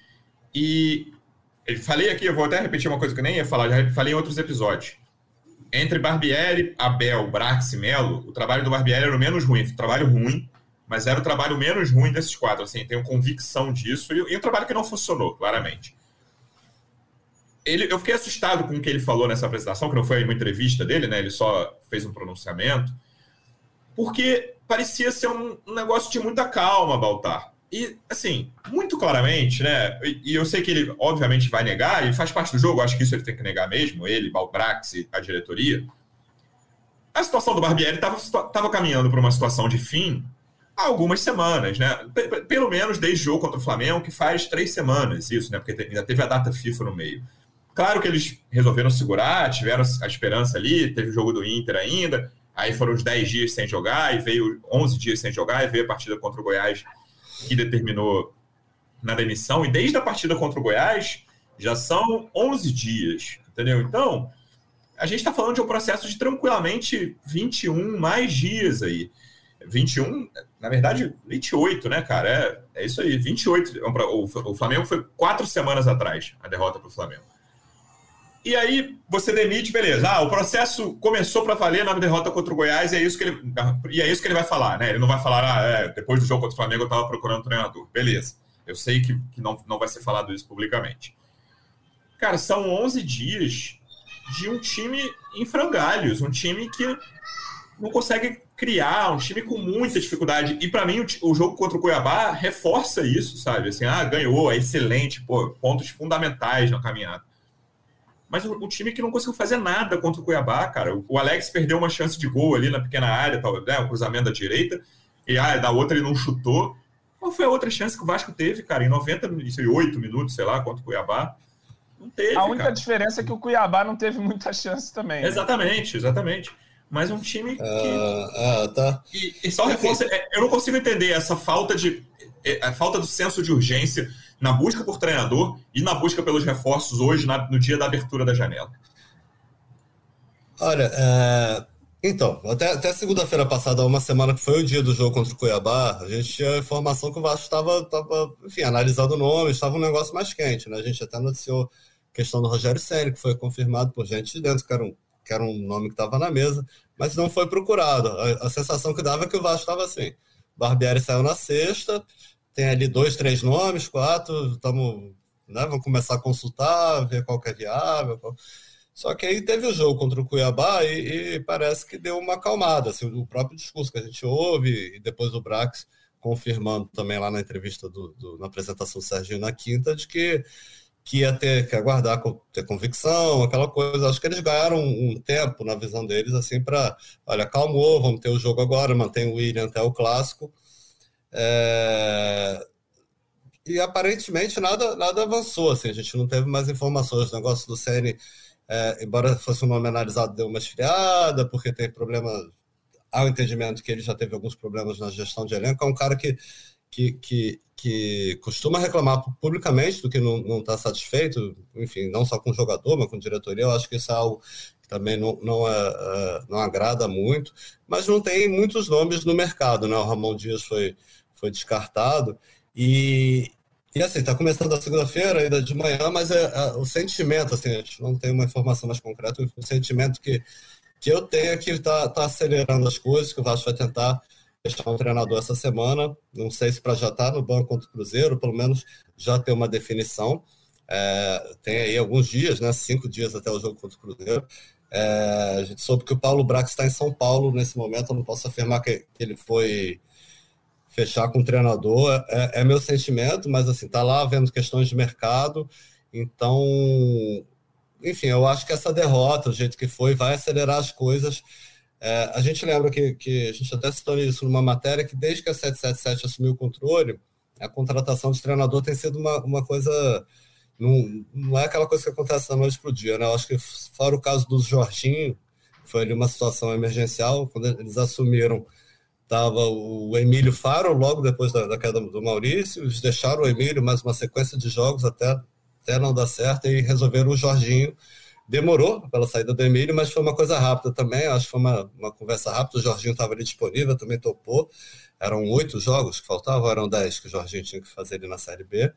E eu falei aqui, eu vou até repetir uma coisa que eu nem ia falar, já falei em outros episódios. Entre Barbieri, Abel, Brax e Melo, o trabalho do Barbieri era o menos ruim, foi um trabalho ruim, mas era o trabalho menos ruim desses quatro, assim, tenho convicção disso, e, e o trabalho que não funcionou, claramente. Ele, eu fiquei assustado com o que ele falou nessa apresentação, que não foi uma entrevista dele, né? Ele só fez um pronunciamento, porque parecia ser um, um negócio de muita calma, Baltar. E, assim, muito claramente, né? E, e eu sei que ele, obviamente, vai negar, e faz parte do jogo, acho que isso ele tem que negar mesmo, ele, Balbrax e a diretoria. A situação do Barbieri estava caminhando para uma situação de fim há algumas semanas, né? P- pelo menos desde o jogo contra o Flamengo, que faz três semanas isso, né? Porque ainda teve a data FIFA no meio. Claro que eles resolveram segurar, tiveram a esperança ali, teve o jogo do Inter ainda, aí foram os dez dias sem jogar, e veio onze dias sem jogar, e veio a partida contra o Goiás, que determinou na demissão, e desde a partida contra o Goiás, já são onze dias, entendeu? Então, a gente está falando de um processo de tranquilamente vinte e um mais dias aí. vinte e um, Na verdade, vinte e oito, né, cara? É, é isso aí, vinte e oito. O, o Flamengo foi quatro semanas atrás, a derrota para o Flamengo. E aí você demite, beleza. Ah, o processo começou para valer na derrota contra o Goiás e é isso que ele, e é isso que ele vai falar, né? Ele não vai falar, ah, é, depois do jogo contra o Flamengo eu estava procurando um treinador. Beleza. Eu sei que, que não, não vai ser falado isso publicamente. Cara, são onze dias de um time em frangalhos, um time que não consegue criar, um time com muita dificuldade. E para mim o, o jogo contra o Cuiabá reforça isso, sabe? Assim, ah, ganhou, é excelente, pô, pontos fundamentais na caminhada. Mas o, o time que não conseguiu fazer nada contra o Cuiabá, cara. O, o Alex perdeu uma chance de gol ali na pequena área, tal, né, o cruzamento da direita, e ah, da outra ele não chutou. Qual foi a outra chance que o Vasco teve, cara? Em noventa e oito minutos, sei lá, contra o Cuiabá. Não teve, A única cara. diferença é que o Cuiabá não teve muita chance também. Né? Exatamente, exatamente. Mas um time que... Ah, ah, tá. E, e só reforça... Eu não consigo entender essa falta de... A falta do senso de urgência na busca por treinador e na busca pelos reforços hoje, na, no dia da abertura da janela. Olha, é... então, até, até segunda-feira passada, uma semana que foi o dia do jogo contra o Cuiabá, a gente tinha a informação que o Vasco estava, estava, enfim, analisando o nome, estava um negócio mais quente, né? A gente até noticiou a questão do Rogério Ceni, que foi confirmado por gente de dentro, que era um, que era um nome que estava na mesa, mas não foi procurado. A, a sensação que dava é que o Vasco estava assim. Barbieri saiu na sexta, tem ali dois, três nomes, quatro, estamos, né, vamos começar a consultar, ver qual que é viável. Qual... Só que aí teve o jogo contra o Cuiabá e, e parece que deu uma acalmada. Assim, o próprio discurso que a gente ouve, e depois o Brax confirmando também lá na entrevista, do, do, na apresentação do Serginho na quinta, de que, que ia ter que aguardar, ter convicção, aquela coisa. Acho que eles ganharam um, um tempo, na visão deles, assim, para, olha, acalmou, vamos ter o jogo agora, mantém o William até o Clássico. É... E aparentemente nada, nada avançou, assim, a gente não teve mais informações. O negócio do Ceni, é, embora fosse um nome analisado, deu uma esfriada, porque tem problema, há o entendimento que ele já teve alguns problemas na gestão de elenco. É um cara que, que, que, que costuma reclamar publicamente do que não está satisfeito, enfim, não só com o jogador, mas com a diretoria. Eu acho que isso é algo que também não, não, é, não agrada muito, mas não tem muitos nomes no mercado, né? O Ramon Dias foi foi descartado, e, e assim, está começando a segunda-feira, ainda de manhã, mas é, é, o sentimento, assim, a gente não tem uma informação mais concreta, o sentimento que, que eu tenho é que está tá acelerando as coisas, que o Vasco vai tentar fechar um treinador essa semana, não sei se para já estar no banco contra o Cruzeiro, pelo menos já ter uma definição, é, tem aí alguns dias, né, cinco dias até o jogo contra o Cruzeiro. É, a gente soube que o Paulo Brax está em São Paulo nesse momento, eu não posso afirmar que, que ele foi fechar com o treinador, é, é meu sentimento, mas assim, tá lá vendo questões de mercado, então, enfim, eu acho que essa derrota, o jeito que foi, vai acelerar as coisas. É, a gente lembra que, que a gente até citou isso numa matéria, que desde que a sete sete sete assumiu o controle, a contratação de treinador tem sido uma, uma coisa, não, não é aquela coisa que acontece da noite para o dia, né? Eu acho que fora o caso do Jorginho, foi ali uma situação emergencial, quando eles assumiram, estava o Emílio Faro, logo depois da, da queda do Maurício, eles deixaram o Emílio mais uma sequência de jogos até, até não dar certo, e resolveram o Jorginho. Demorou pela saída do Emílio, mas foi uma coisa rápida também, acho que foi uma, uma conversa rápida, o Jorginho estava ali disponível, também topou, eram oito jogos que faltavam, eram dez que o Jorginho tinha que fazer ali na Série B,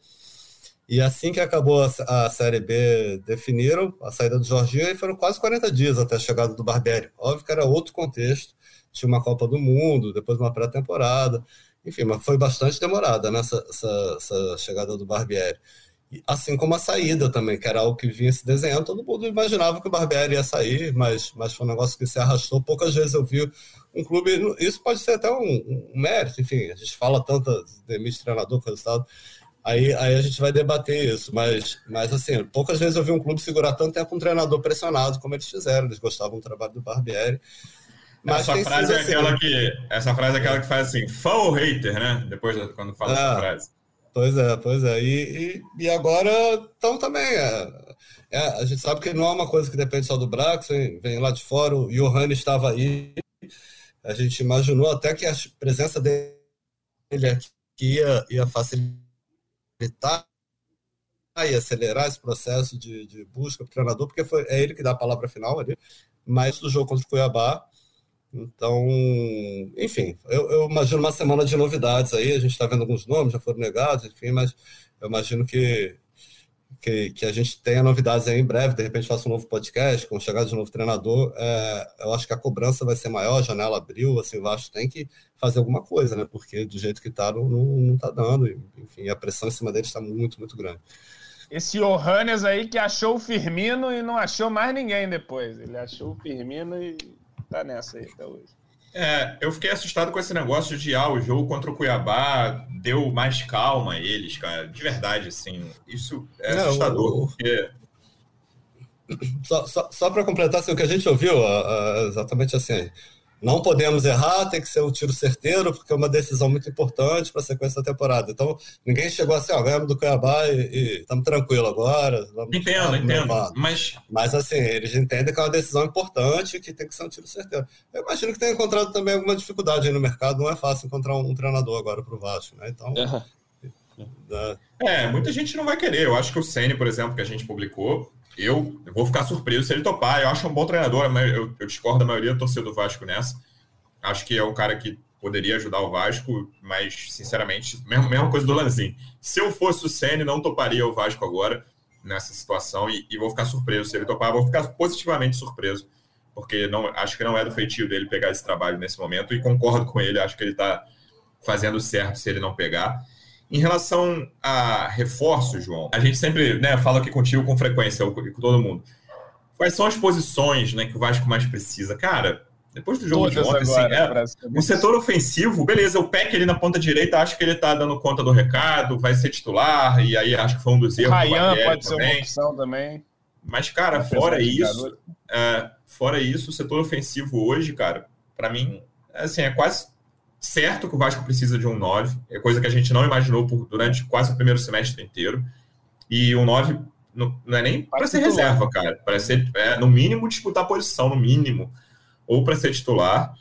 e assim que acabou a, a Série B, definiram a saída do Jorginho, e foram quase quarenta dias até a chegada do Barbieri. Óbvio que era outro contexto, tinha uma Copa do Mundo, depois uma pré-temporada, enfim, mas foi bastante demorada, né, essa, essa, essa chegada do Barbieri. Assim como a saída também, que era algo que vinha se desenhando, todo mundo imaginava que o Barbieri ia sair, mas, mas foi um negócio que se arrastou. Poucas vezes eu vi um clube, isso pode ser até um, um mérito, enfim, a gente fala tanto demite treinador, resultado, aí, aí a gente vai debater isso, mas, mas assim, poucas vezes eu vi um clube segurar tanto tempo um treinador pressionado como eles fizeram, eles gostavam do trabalho do Barbieri. Mas essa frase, é assim, aquela que, essa frase é aquela que faz assim, fã ou hater, né? Depois, quando fala ah, essa frase. Pois é, pois é. E, e, e agora, então também, é, é, a gente sabe que não é uma coisa que depende só do Brax, vem, vem lá de fora, o Johanny estava aí, a gente imaginou até que a presença dele aqui ia, ia facilitar e acelerar esse processo de, de busca para o treinador, porque foi, é ele que dá a palavra final ali, mas do jogo contra o Cuiabá, Então, enfim, eu, eu imagino uma semana de novidades aí, a gente está vendo alguns nomes, já foram negados, enfim, mas eu imagino que, que, que a gente tenha novidades aí em breve, de repente faça um novo podcast, com chegada de um novo treinador, é, eu acho que a cobrança vai ser maior, a janela abriu, assim, o Vasco tem que fazer alguma coisa, né, porque do jeito que está, não, não tá dando, enfim, a pressão em cima dele está muito, muito grande. Esse Johannes aí que achou o Firmino e não achou mais ninguém depois, ele achou o Firmino e tá nessa aí até hoje. É, eu fiquei assustado com esse negócio de ah, o jogo contra o Cuiabá deu mais calma a eles, cara. De verdade, assim, isso é não, assustador, o... porque... Só, só, só para completar, assim, o que a gente ouviu, uh, uh, exatamente assim, não podemos errar, tem que ser um tiro certeiro, porque é uma decisão muito importante para a sequência da temporada. Então, ninguém chegou assim, ó, ganhamos do Cuiabá e estamos tranquilos agora. Vamos, entendo, vamos entendo. Mas... mas, assim, eles entendem que é uma decisão importante e que tem que ser um tiro certeiro. Eu imagino que tenha encontrado também alguma dificuldade aí no mercado. Não é fácil encontrar um, um treinador agora para o Vasco, né? Então... É. é, muita gente não vai querer. Eu acho que o Ceni, por exemplo, que a gente publicou, Eu, eu vou ficar surpreso se ele topar. Eu acho um bom treinador, mas eu, eu discordo da maioria da torcida do Vasco nessa. Acho que é um cara que poderia ajudar o Vasco, mas, sinceramente, mesma, mesma coisa do Lanzini. Se eu fosse o Ceni, não toparia o Vasco agora nessa situação e, e vou ficar surpreso se ele topar. Vou ficar positivamente surpreso, porque não, acho que não é do feitio dele pegar esse trabalho nesse momento e concordo com ele. Acho que ele está fazendo certo se ele não pegar. Em relação a reforços, João, a gente sempre, né, fala aqui contigo com frequência, com todo mundo. Quais são as posições, né, que o Vasco mais precisa? Cara, depois do jogo Todas de ontem, agora, assim, é, o setor ofensivo, beleza, o Peck ali na ponta direita, acho que ele tá dando conta do recado, vai ser titular, e aí acho que foi um dos erros. O Ryan pode também. ser uma opção também. Mas, cara, fora isso, é, fora isso, o setor ofensivo hoje, cara, para mim, assim, é quase... certo que o Vasco precisa de um nove, é coisa que a gente não imaginou por, durante quase o primeiro semestre inteiro, e um nove não, não é nem para ser reserva, cara, para ser, é, no mínimo, disputar a posição, no mínimo, ou para ser titular.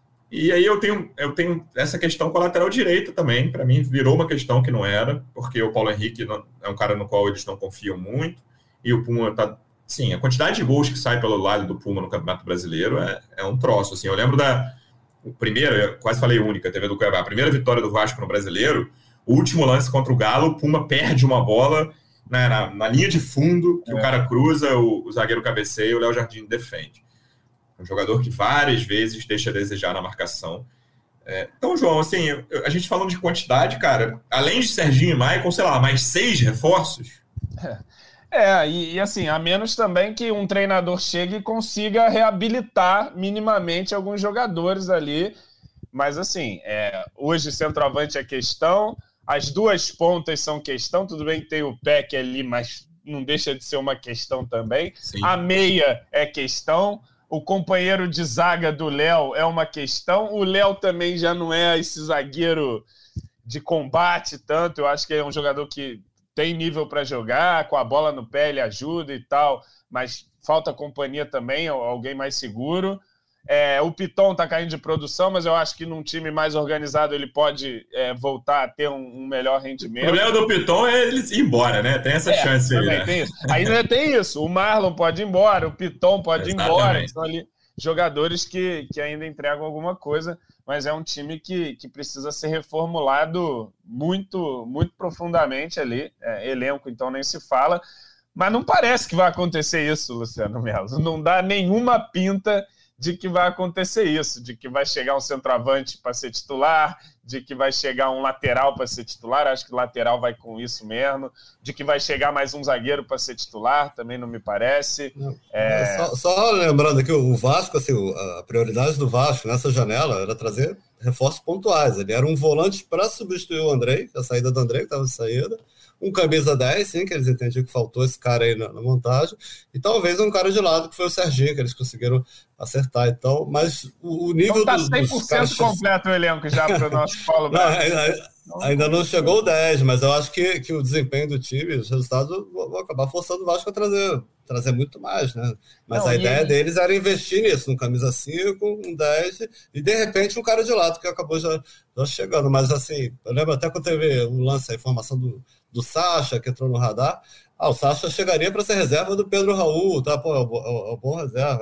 E aí eu tenho, eu tenho essa questão com a lateral direita também, para mim virou uma questão que não era, porque o Paulo Henrique não, é um cara no qual eles não confiam muito, e o Puma tá, sim, a quantidade de gols que sai pelo lado do Puma no Campeonato Brasileiro é, é um troço, assim, eu lembro da o primeiro, eu quase falei única, T V do Cuiabá, a primeira vitória do Vasco no Brasileiro, o último lance contra o Galo, o Puma perde uma bola na, na, na linha de fundo, que é. o cara cruza, o, o zagueiro cabeceia e o Léo Jardim defende. Um jogador que várias vezes deixa a desejar na marcação. É, então, João, assim, a gente falando de quantidade, cara, além de Serginho e Maicon, sei lá, mais seis reforços... É. É, e, e assim, a menos também que um treinador chegue e consiga reabilitar minimamente alguns jogadores ali, mas assim, é, hoje centroavante é questão, as duas pontas são questão, tudo bem que tem o Peck ali, mas não deixa de ser uma questão também. Sim. A meia é questão, o companheiro de zaga do Léo é uma questão, o Léo também já não é esse zagueiro de combate tanto, eu acho que é um jogador que tem nível para jogar, com a bola no pé ele ajuda e tal, mas falta companhia também, alguém mais seguro. É, o Piton está caindo de produção, mas eu acho que num time mais organizado ele pode é, voltar a ter um, um melhor rendimento. O problema do Piton é ele ir embora, né? Tem essa é, chance aí, né? Tem isso. Ainda tem isso. O Marlon pode ir embora, o Piton pode Exatamente. ir embora. São ali jogadores que, que ainda entregam alguma coisa, mas é um time que, que precisa ser reformulado muito, muito profundamente ali. É, elenco, então, nem se fala. Mas não parece que vai acontecer isso, Luciano Melo. Não dá nenhuma pinta de que vai acontecer isso, de que vai chegar um centroavante para ser titular, de que vai chegar um lateral para ser titular, acho que o lateral vai com isso mesmo, de que vai chegar mais um zagueiro para ser titular, também não me parece. É... Só, só lembrando aqui, o Vasco, assim, a prioridade do Vasco nessa janela era trazer reforços pontuais. Ele era um volante para substituir o Andrei, a saída do Andrei, que estava de saída, um camisa dez, sim, que eles entendiam que faltou esse cara aí na, na montagem, e talvez um cara de lado, que foi o Serginho, que eles conseguiram acertar. Então, mas o, o nível então tá dos, cem por cento dos caras... completo o elenco já para o nosso Paulo. Não, ainda, ainda não chegou o dez, mas eu acho que, que o desempenho do time, os resultados vão acabar forçando o Vasco a trazer, trazer muito mais, né? Mas não, a ideia ele... deles era investir nisso, no camisa cinco, um dez, e de repente um cara de lado, que acabou já, já chegando. Mas assim, eu lembro até quando teve um lance, a informação do do Sacha, que entrou no radar, ah, o Sacha chegaria para ser reserva do Pedro Raul, tá? Pô, é o, é o bom reserva, né?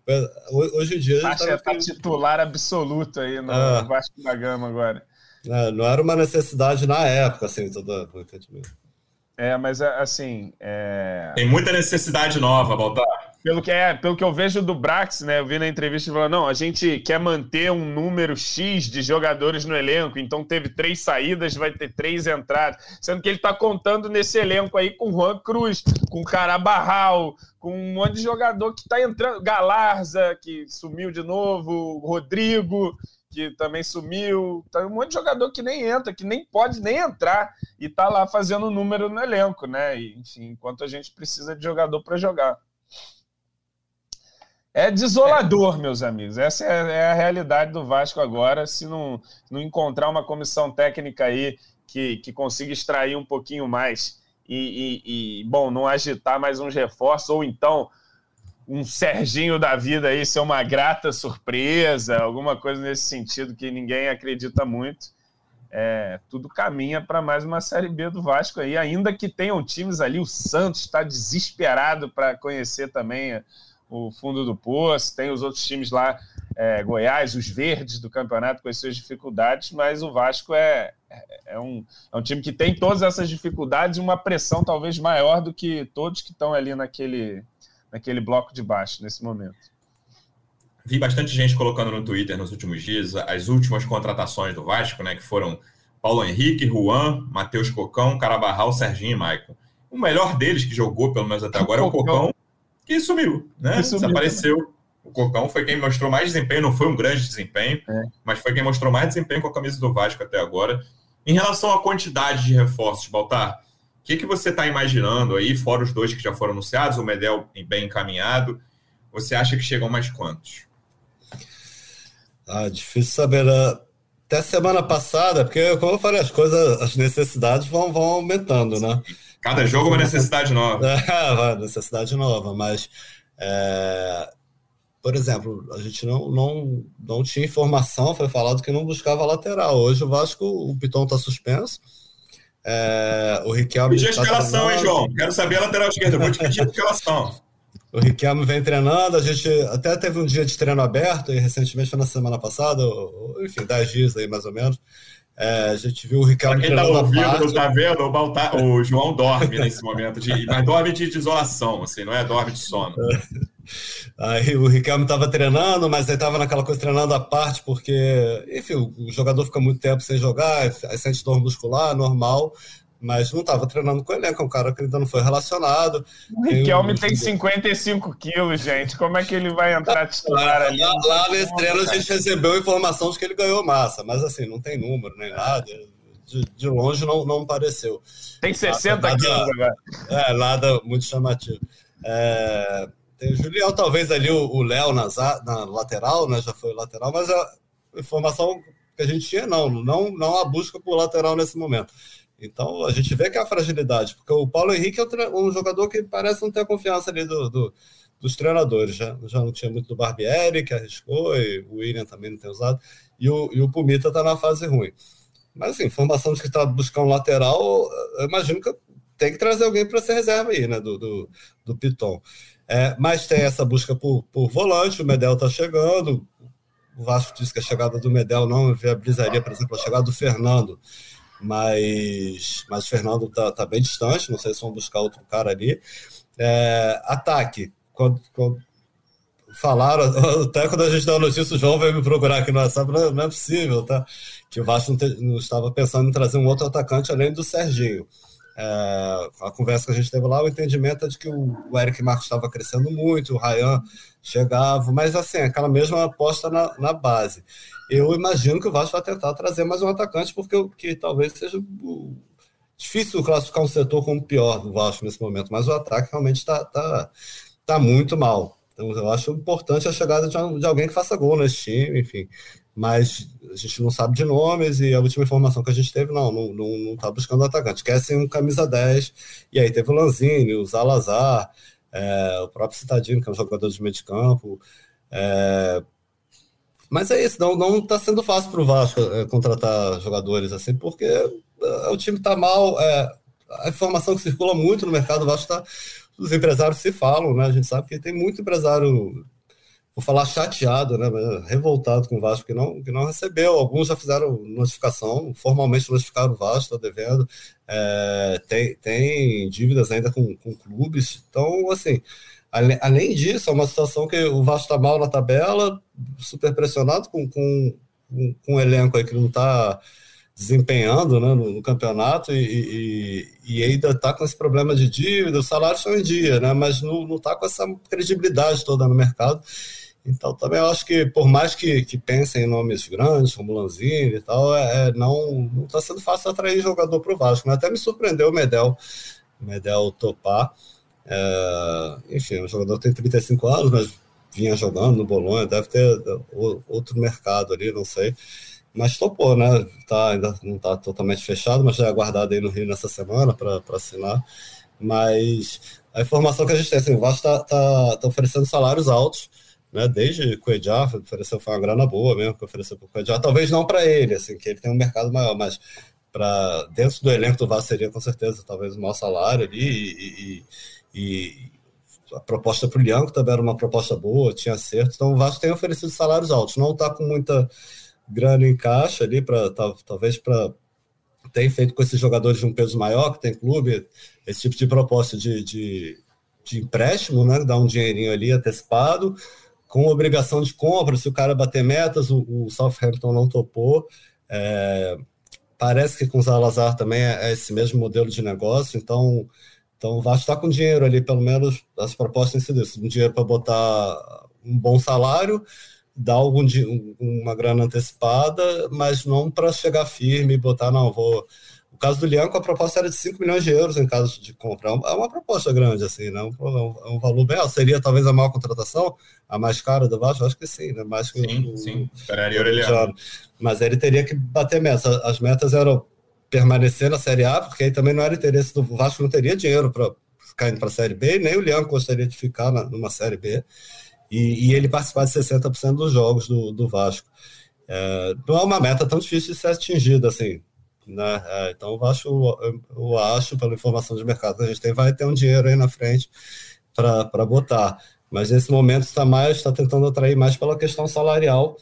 Hoje em dia... Sacha está que... titular absoluto aí no é. Vasco da Gama agora. É, não era uma necessidade na época, assim, todo o entendimento. É, mas assim... É... Tem muita necessidade nova, Baltar. Pelo que, é, pelo que eu vejo do Brax, né? Eu vi na entrevista falando, não, a gente quer manter um número X de jogadores no elenco, então teve três saídas, vai ter três entradas. Sendo que ele tá contando nesse elenco aí com o Juan Cruz, com o Carabarral, com um monte de jogador que tá entrando. Galarza, que sumiu de novo, Rodrigo, que também sumiu. Tá um monte de jogador que nem entra, que nem pode nem entrar e tá lá fazendo número no elenco, né? E, enfim, enquanto a gente precisa de jogador para jogar. É desolador, meus amigos. Essa é a realidade do Vasco agora. Se não, não encontrar uma comissão técnica aí que, que consiga extrair um pouquinho mais e, e, e, bom, não agitar mais uns reforços, ou então um Serginho da vida aí ser uma grata surpresa, alguma coisa nesse sentido que ninguém acredita muito, é, tudo caminha para mais uma Série B do Vasco aí, ainda que tenham times ali. O Santos está desesperado para conhecer também o fundo do poço, tem os outros times lá, é, Goiás, os verdes do campeonato com as suas dificuldades, mas o Vasco é, é, um, é um time que tem todas essas dificuldades e uma pressão talvez maior do que todos que estão ali naquele, naquele bloco de baixo nesse momento. Vi bastante gente colocando no Twitter nos últimos dias as últimas contratações do Vasco, né, que foram Paulo Henrique, Juan, Matheus Cocão, Carabarral, Serginho e Maicon. O melhor deles que jogou, pelo menos até agora, é o Cocão, que sumiu, né? Que sumiu, desapareceu. Também. O Cocão foi quem mostrou mais desempenho, não foi um grande desempenho, é. mas foi quem mostrou mais desempenho com a camisa do Vasco até agora. Em relação à quantidade de reforços, Baltar, o que, que você está imaginando aí, fora os dois que já foram anunciados, o Medel bem encaminhado, você acha que chegam mais quantos? Ah, difícil saber. Até semana passada, porque, como eu falei, as coisas, as necessidades vão, vão aumentando, né? Cada jogo é uma necessidade nova. É, uma necessidade nova, mas, é, por exemplo, a gente não, não, não tinha informação, foi falado que não buscava lateral. Hoje o Vasco, o Piton está suspenso, é, o Riquelme... Pedir a escalação, hein, João? Quero saber a lateral esquerda, vou te pedir a escalação. O Riquelme vem treinando, a gente até teve um dia de treino aberto, e recentemente foi na semana passada, enfim, dez dias aí mais ou menos. É, a gente viu o Riquelme treinando. Pra quem tá ouvindo, não tá vendo, o, Baltar, o João dorme nesse momento, de, mas dorme de isolação, assim, não é dorme de sono. É. Aí o Riquelme estava treinando, mas aí estava naquela coisa treinando à parte, porque, enfim, o jogador fica muito tempo sem jogar, aí sente dor muscular, normal, mas não estava treinando com o elenco, é um cara que ainda não foi relacionado. O Riquelme tem, um... tem cinquenta e cinco quilos, gente, como é que ele vai entrar titular lá, ali? Lá, lá nesse treino a gente recebeu informação de que ele ganhou massa, mas assim, não tem número nem nada, de, de longe não, não pareceu. Tem sessenta nada, quilos agora. É, nada muito chamativo. É, tem o Julião, talvez ali o Léo na, na lateral, né, já foi lateral, mas a informação que a gente tinha, não, não, não há busca por lateral nesse momento. Então, a gente vê que é a fragilidade, porque o Paulo Henrique é um jogador que parece não ter a confiança ali do, do, dos treinadores. Já, já não tinha muito do Barbieri, que arriscou, e o William também não tem usado, e o, e o Pumita está na fase ruim. Mas, assim, informação de que está buscando um lateral, eu imagino que tem que trazer alguém para ser reserva aí, né, do, do, do Piton. É, mas tem essa busca por, por volante, o Medel está chegando, o Vasco disse que a chegada do Medel não viabilizaria, por exemplo, a chegada do Fernando, mas, mas o Fernando está tá bem distante, não sei se vão buscar outro cara ali. É, ataque, quando, quando falaram, até quando a gente deu a notícia, o João veio me procurar aqui no WhatsApp, não, não é possível, tá? Que o Vasco não, te, não estava pensando em trazer um outro atacante além do Serginho. É, a conversa que a gente teve lá, o entendimento é de que o, o Eric Marcos estava crescendo muito, o Ryan chegava, mas assim, aquela mesma aposta na, na base. Eu imagino que o Vasco vai tentar trazer mais um atacante, porque que talvez seja o, difícil classificar um setor como pior do Vasco nesse momento, mas o ataque realmente está tá, tá muito mal. Então eu acho importante a chegada de, de alguém que faça gol nesse time, enfim. Mas a gente não sabe de nomes e a última informação que a gente teve, não, não, não, não tá buscando atacante. Quer ser um camisa dez, e aí teve o Lanzini, o Salazar, é, o próprio Citadino, que é um jogador de meio de campo. É, mas é isso, não, não tá sendo fácil para o Vasco é, contratar jogadores assim, porque é, o time tá mal, é, a informação que circula muito no mercado, o Vasco tá, os empresários se falam, né? A gente sabe que tem muito empresário vou falar chateado, né, revoltado com o Vasco, que não, que não recebeu. Alguns já fizeram notificação, formalmente notificaram o Vasco, está devendo, é, tem, tem dívidas ainda com, com clubes. Então, assim, além, além disso, é uma situação que o Vasco está mal na tabela, super pressionado, com, com, com, com um elenco aí que não está desempenhando, né, no, no campeonato e, e, e ainda está com esse problema de dívida, os salários estão em dia, né, mas não está com essa credibilidade toda no mercado. Então, também eu acho que, por mais que, que pensem em nomes grandes, como Lanzini e tal, é, não está sendo fácil atrair jogador para o Vasco. Mas até me surpreendeu o Medel, o Medel topar. É, enfim, o jogador tem trinta e cinco anos, mas vinha jogando no Bolonha, deve ter outro mercado ali, não sei. Mas topou, né? Tá, ainda não está totalmente fechado, mas já é aguardado aí no Rio nessa semana para assinar. Mas a informação que a gente tem, assim, o Vasco está tá, tá oferecendo salários altos, né, desde o Cuejá, ofereceu, foi uma grana boa mesmo que ofereceu para o Cuejá, talvez não para ele, assim, que ele tem um mercado maior, mas para dentro do elenco do Vasco seria com certeza talvez o maior salário ali, e, e, e a proposta para o Lianco também era uma proposta boa, tinha acerto, então o Vasco tem oferecido salários altos, não está com muita grana em caixa ali, pra, talvez para ter feito com esses jogadores de um peso maior, que tem clube, esse tipo de proposta de, de, de empréstimo, né, dar um dinheirinho ali antecipado, com obrigação de compra, se o cara bater metas, o, o Southampton não topou. É, parece que com o Salazar também é, é esse mesmo modelo de negócio, então, então o Vasco está com dinheiro ali, pelo menos as propostas têm sido isso, um dinheiro para botar um bom salário, dar algum, uma grana antecipada, mas não para chegar firme e botar, não, vou... O caso do Lianco, a proposta era de cinco milhões de euros em caso de compra. É uma proposta grande, assim, né? É um valor bem alto. Seria talvez a maior contratação, a mais cara do Vasco? Acho que sim, né? Mais que sim, o, sim. Esperaria o Mas ele teria que bater metas. As metas eram permanecer na Série A, porque aí também não era interesse do Vasco, não teria dinheiro para ficar indo para a Série B, nem o Lianco gostaria de ficar na, numa Série B, e, e ele participar de sessenta por cento dos jogos do, do Vasco. É, não é uma meta tão difícil de ser atingida, assim, né? É, então o Vasco, eu, eu acho, pela informação de mercado que a gente tem, vai ter um dinheiro aí na frente para botar, mas nesse momento está mais, está tentando atrair mais pela questão salarial.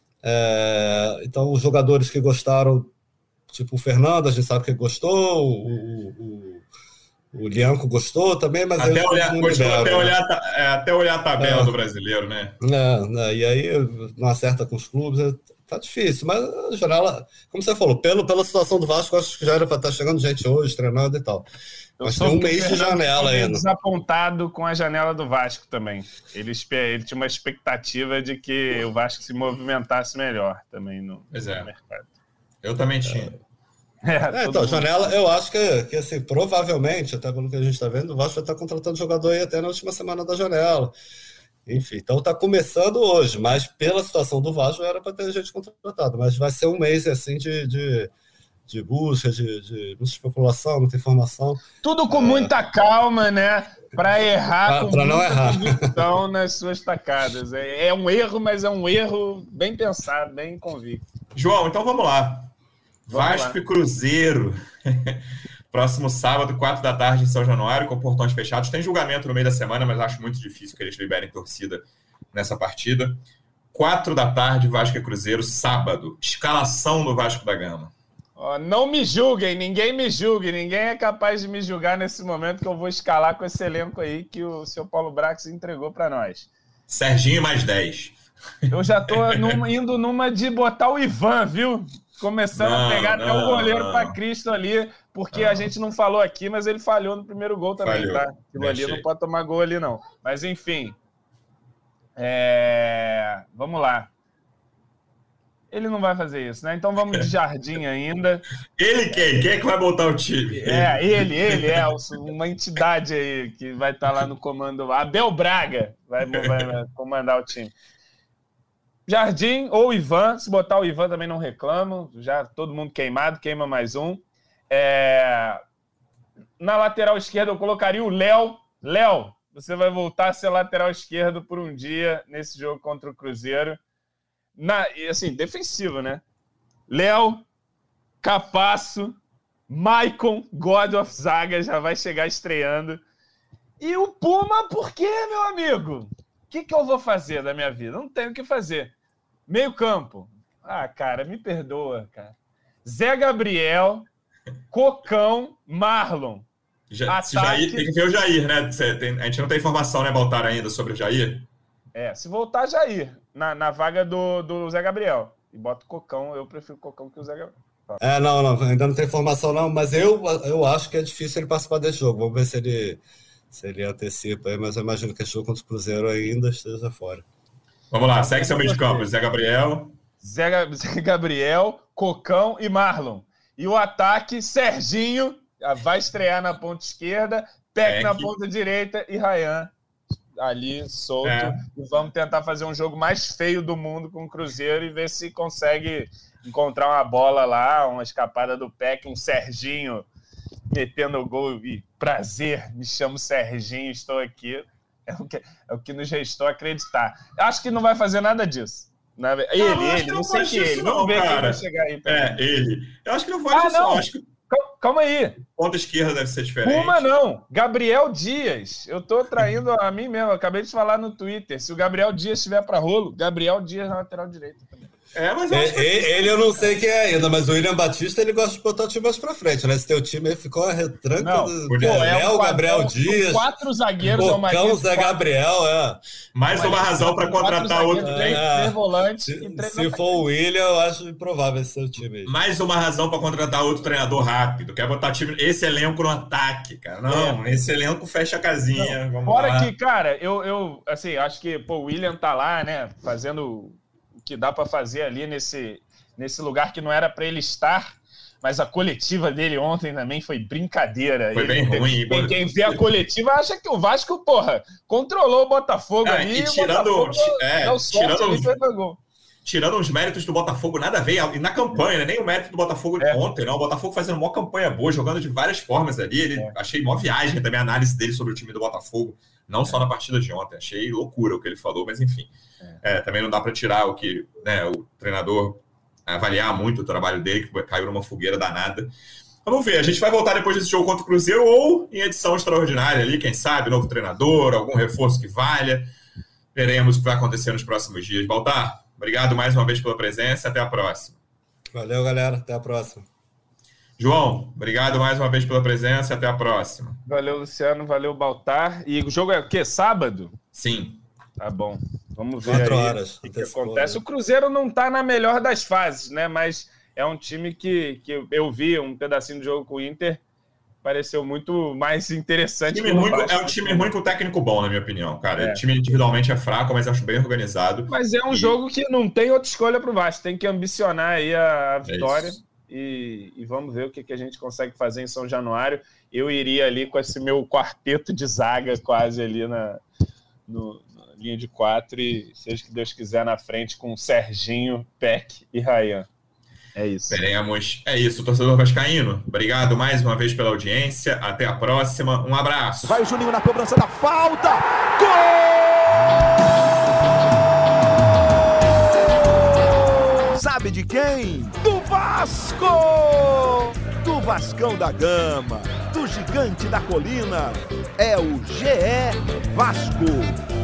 É, então os jogadores que gostaram, tipo o Fernando, a gente sabe que gostou, o, o, o Lianco gostou também, mas até olhar, não gostou liberam, até, né? olhar, é, até olhar a tabela é, do brasileiro, né? É, é, e aí não acerta com os clubes, é, tá difícil, mas a janela, como você falou, pelo, pela situação do Vasco, acho que já era para estar chegando gente hoje, treinando e tal. Eu mas tem um mês de janela ainda. ainda. Desapontado com a janela do Vasco também. Ele, ele tinha uma expectativa de que o Vasco se movimentasse melhor também no, pois é. no mercado. Eu também tinha. É, é, então, mundo... janela, eu acho que, que assim, provavelmente, até pelo que a gente está vendo, o Vasco vai estar contratando jogador aí até na última semana da janela. Enfim, então está começando hoje, mas pela situação do Vasco era para ter gente contratada, mas vai ser um mês assim de, de, de busca, de, de muita especulação, muita informação. Tudo com é... muita calma, né? Para errar, com não errar. convicção nas suas tacadas. É, é um erro, mas é um erro bem pensado, bem convicto. João, então vamos lá. Vamos Vasco lá. E Cruzeiro. Próximo sábado, quatro da tarde, em São Januário, com portões fechados. Tem julgamento no meio da semana, mas acho muito difícil que eles liberem torcida nessa partida. Quatro da tarde, Vasco e Cruzeiro, sábado. Escalação do Vasco da Gama. Oh, não me julguem, ninguém me julgue. Ninguém é capaz de me julgar nesse momento que eu vou escalar com esse elenco aí que o seu Paulo Brax entregou para nós. Serginho mais dez. Eu já tô numa, indo numa de botar o Ivan, viu? Começando não, a pegar não, até o goleiro para Cristo ali, porque não. a gente não falou aqui, mas ele falhou no primeiro gol também, falhou. Tá? Aquilo ali não pode tomar gol ali, não. Mas, enfim. É... Vamos lá. Ele não vai fazer isso, né? Então vamos de Jardim ainda. Ele quem? Quem é que vai botar o time? É, ele, ele é uma entidade aí que vai estar lá no comando. Abel Braga vai, vai comandar o time. Jardim ou Ivan, se botar o Ivan também não reclamo, já todo mundo queimado, queima mais um. É... Na lateral esquerda eu colocaria o Léo. Léo, você vai voltar a ser lateral esquerdo por um dia nesse jogo contra o Cruzeiro. Na... E assim, defensivo, né? Léo, Capasso, Maicon, God of Zaga já vai chegar estreando. E o Puma, por quê, meu amigo? que, que eu vou fazer da minha vida? Não tenho o que fazer. Meio campo. Ah, cara, me perdoa, cara. Zé Gabriel, Cocão, Marlon. Já, se Jair, tem que ver o Jair, né? Tem, a gente não tem informação, né, Baltar, ainda sobre o Jair? É, se voltar, Jair. Na, na vaga do, do Zé Gabriel. E bota o Cocão, eu prefiro o Cocão que o Zé Gabriel. É, não, não, ainda não tem informação, não, mas eu, eu acho que é difícil ele participar desse jogo. Vamos ver se ele, se ele antecipa aí, mas eu imagino que esse jogo contra o Cruzeiro ainda esteja fora. Vamos lá, segue seu meio de campo. Zé Gabriel. Zé, Zé Gabriel, Cocão e Marlon. E o ataque, Serginho, vai estrear na ponta esquerda, Peck na ponta direita e Ryan ali solto. É. E vamos tentar fazer um jogo mais feio do mundo com o Cruzeiro e ver se consegue encontrar uma bola lá, uma escapada do Peck, um Serginho metendo o gol e prazer, me chamo Serginho, estou aqui. É o que, é o que nos restou acreditar. Acho que não vai fazer nada disso. Na... Ele, não, ele, não, não sei que ele. Não, Vamos ver cara. quem vai chegar aí. É, mim. ele. Eu acho que não faz ah, isso, não. Acho que... Calma aí. Ponta esquerda deve ser diferente. Uma não. Gabriel Dias. Eu tô traindo a mim mesmo. Eu acabei de falar no Twitter. Se o Gabriel Dias estiver para rolo, Gabriel Dias na lateral direita também. É, mas eu acho que... ele, ele eu não sei quem é ainda, mas o William Batista ele gosta de botar o time mais pra frente, né? Esse teu time aí ficou a retranca não, do pô, Gabriel, é um Gabriel Dias. Quatro zagueiros ao Cocão, Zé Gabriel, é. Mais uma razão para contratar outro. Três, é. três volantes se e três se for o William, eu acho improvável esse seu time aí. Mais uma razão para contratar outro treinador rápido. Quer botar time, esse elenco no ataque, cara. Não, é. esse elenco fecha a casinha. Não. Vamos Fora lá. que, cara, eu, eu assim, acho que pô, o William tá lá, né, fazendo o que dá para fazer ali nesse, nesse lugar que não era para ele estar, mas a coletiva dele ontem também foi brincadeira. Foi ele, bem ruim. Quem, quem vê a coletiva acha que o Vasco, porra, controlou o Botafogo é, ali. E tirando, é, deu sorte tirando, ali, foi gol. tirando os méritos do Botafogo, nada a ver. E na campanha, né? Nem o mérito do Botafogo é. ontem, não. O Botafogo fazendo uma campanha boa, jogando de várias formas ali. Ele, é. Achei uma viagem também a análise dele sobre o time do Botafogo. Não é. só na partida de ontem. Achei loucura o que ele falou, mas enfim. É. É, também não dá para tirar o que, né, o treinador avaliar muito o trabalho dele, que caiu numa fogueira danada. Vamos ver, a gente vai voltar depois desse jogo contra o Cruzeiro ou em edição extraordinária ali, quem sabe, novo treinador, algum reforço que valha. Veremos o que vai acontecer nos próximos dias. Baltar, obrigado mais uma vez pela presença, até a próxima. Valeu, galera, até a próxima. João, obrigado mais uma vez pela presença, até a próxima. Valeu, Luciano, valeu, Baltar. E o jogo é o quê? Sábado? Sim. Tá bom. Vamos ver Quatro aí horas, o que, que acontece. O Cruzeiro não tá na melhor das fases, né? Mas é um time que, que eu vi um pedacinho de jogo com o Inter, pareceu muito mais interessante. Time muito, é um time ruim com técnico bom, na minha opinião, cara. É. O time individualmente é fraco, mas acho bem organizado. Mas é um e... jogo que não tem outra escolha pro Vasco. Tem que ambicionar aí a vitória. É e, e vamos ver o que, que a gente consegue fazer em São Januário. Eu iria ali com esse meu quarteto de zaga quase ali na... No, linha de quatro e, seja que Deus quiser, na frente com Serginho, Peck e Ryan. É isso. Veremos. É isso, torcedor vascaíno. Obrigado mais uma vez pela audiência. Até a próxima. Um abraço. Vai o Juninho na cobrança da falta. Gol! Sabe de quem? Do Vasco! Do Vascão da Gama, do Gigante da Colina. É o G E Vasco.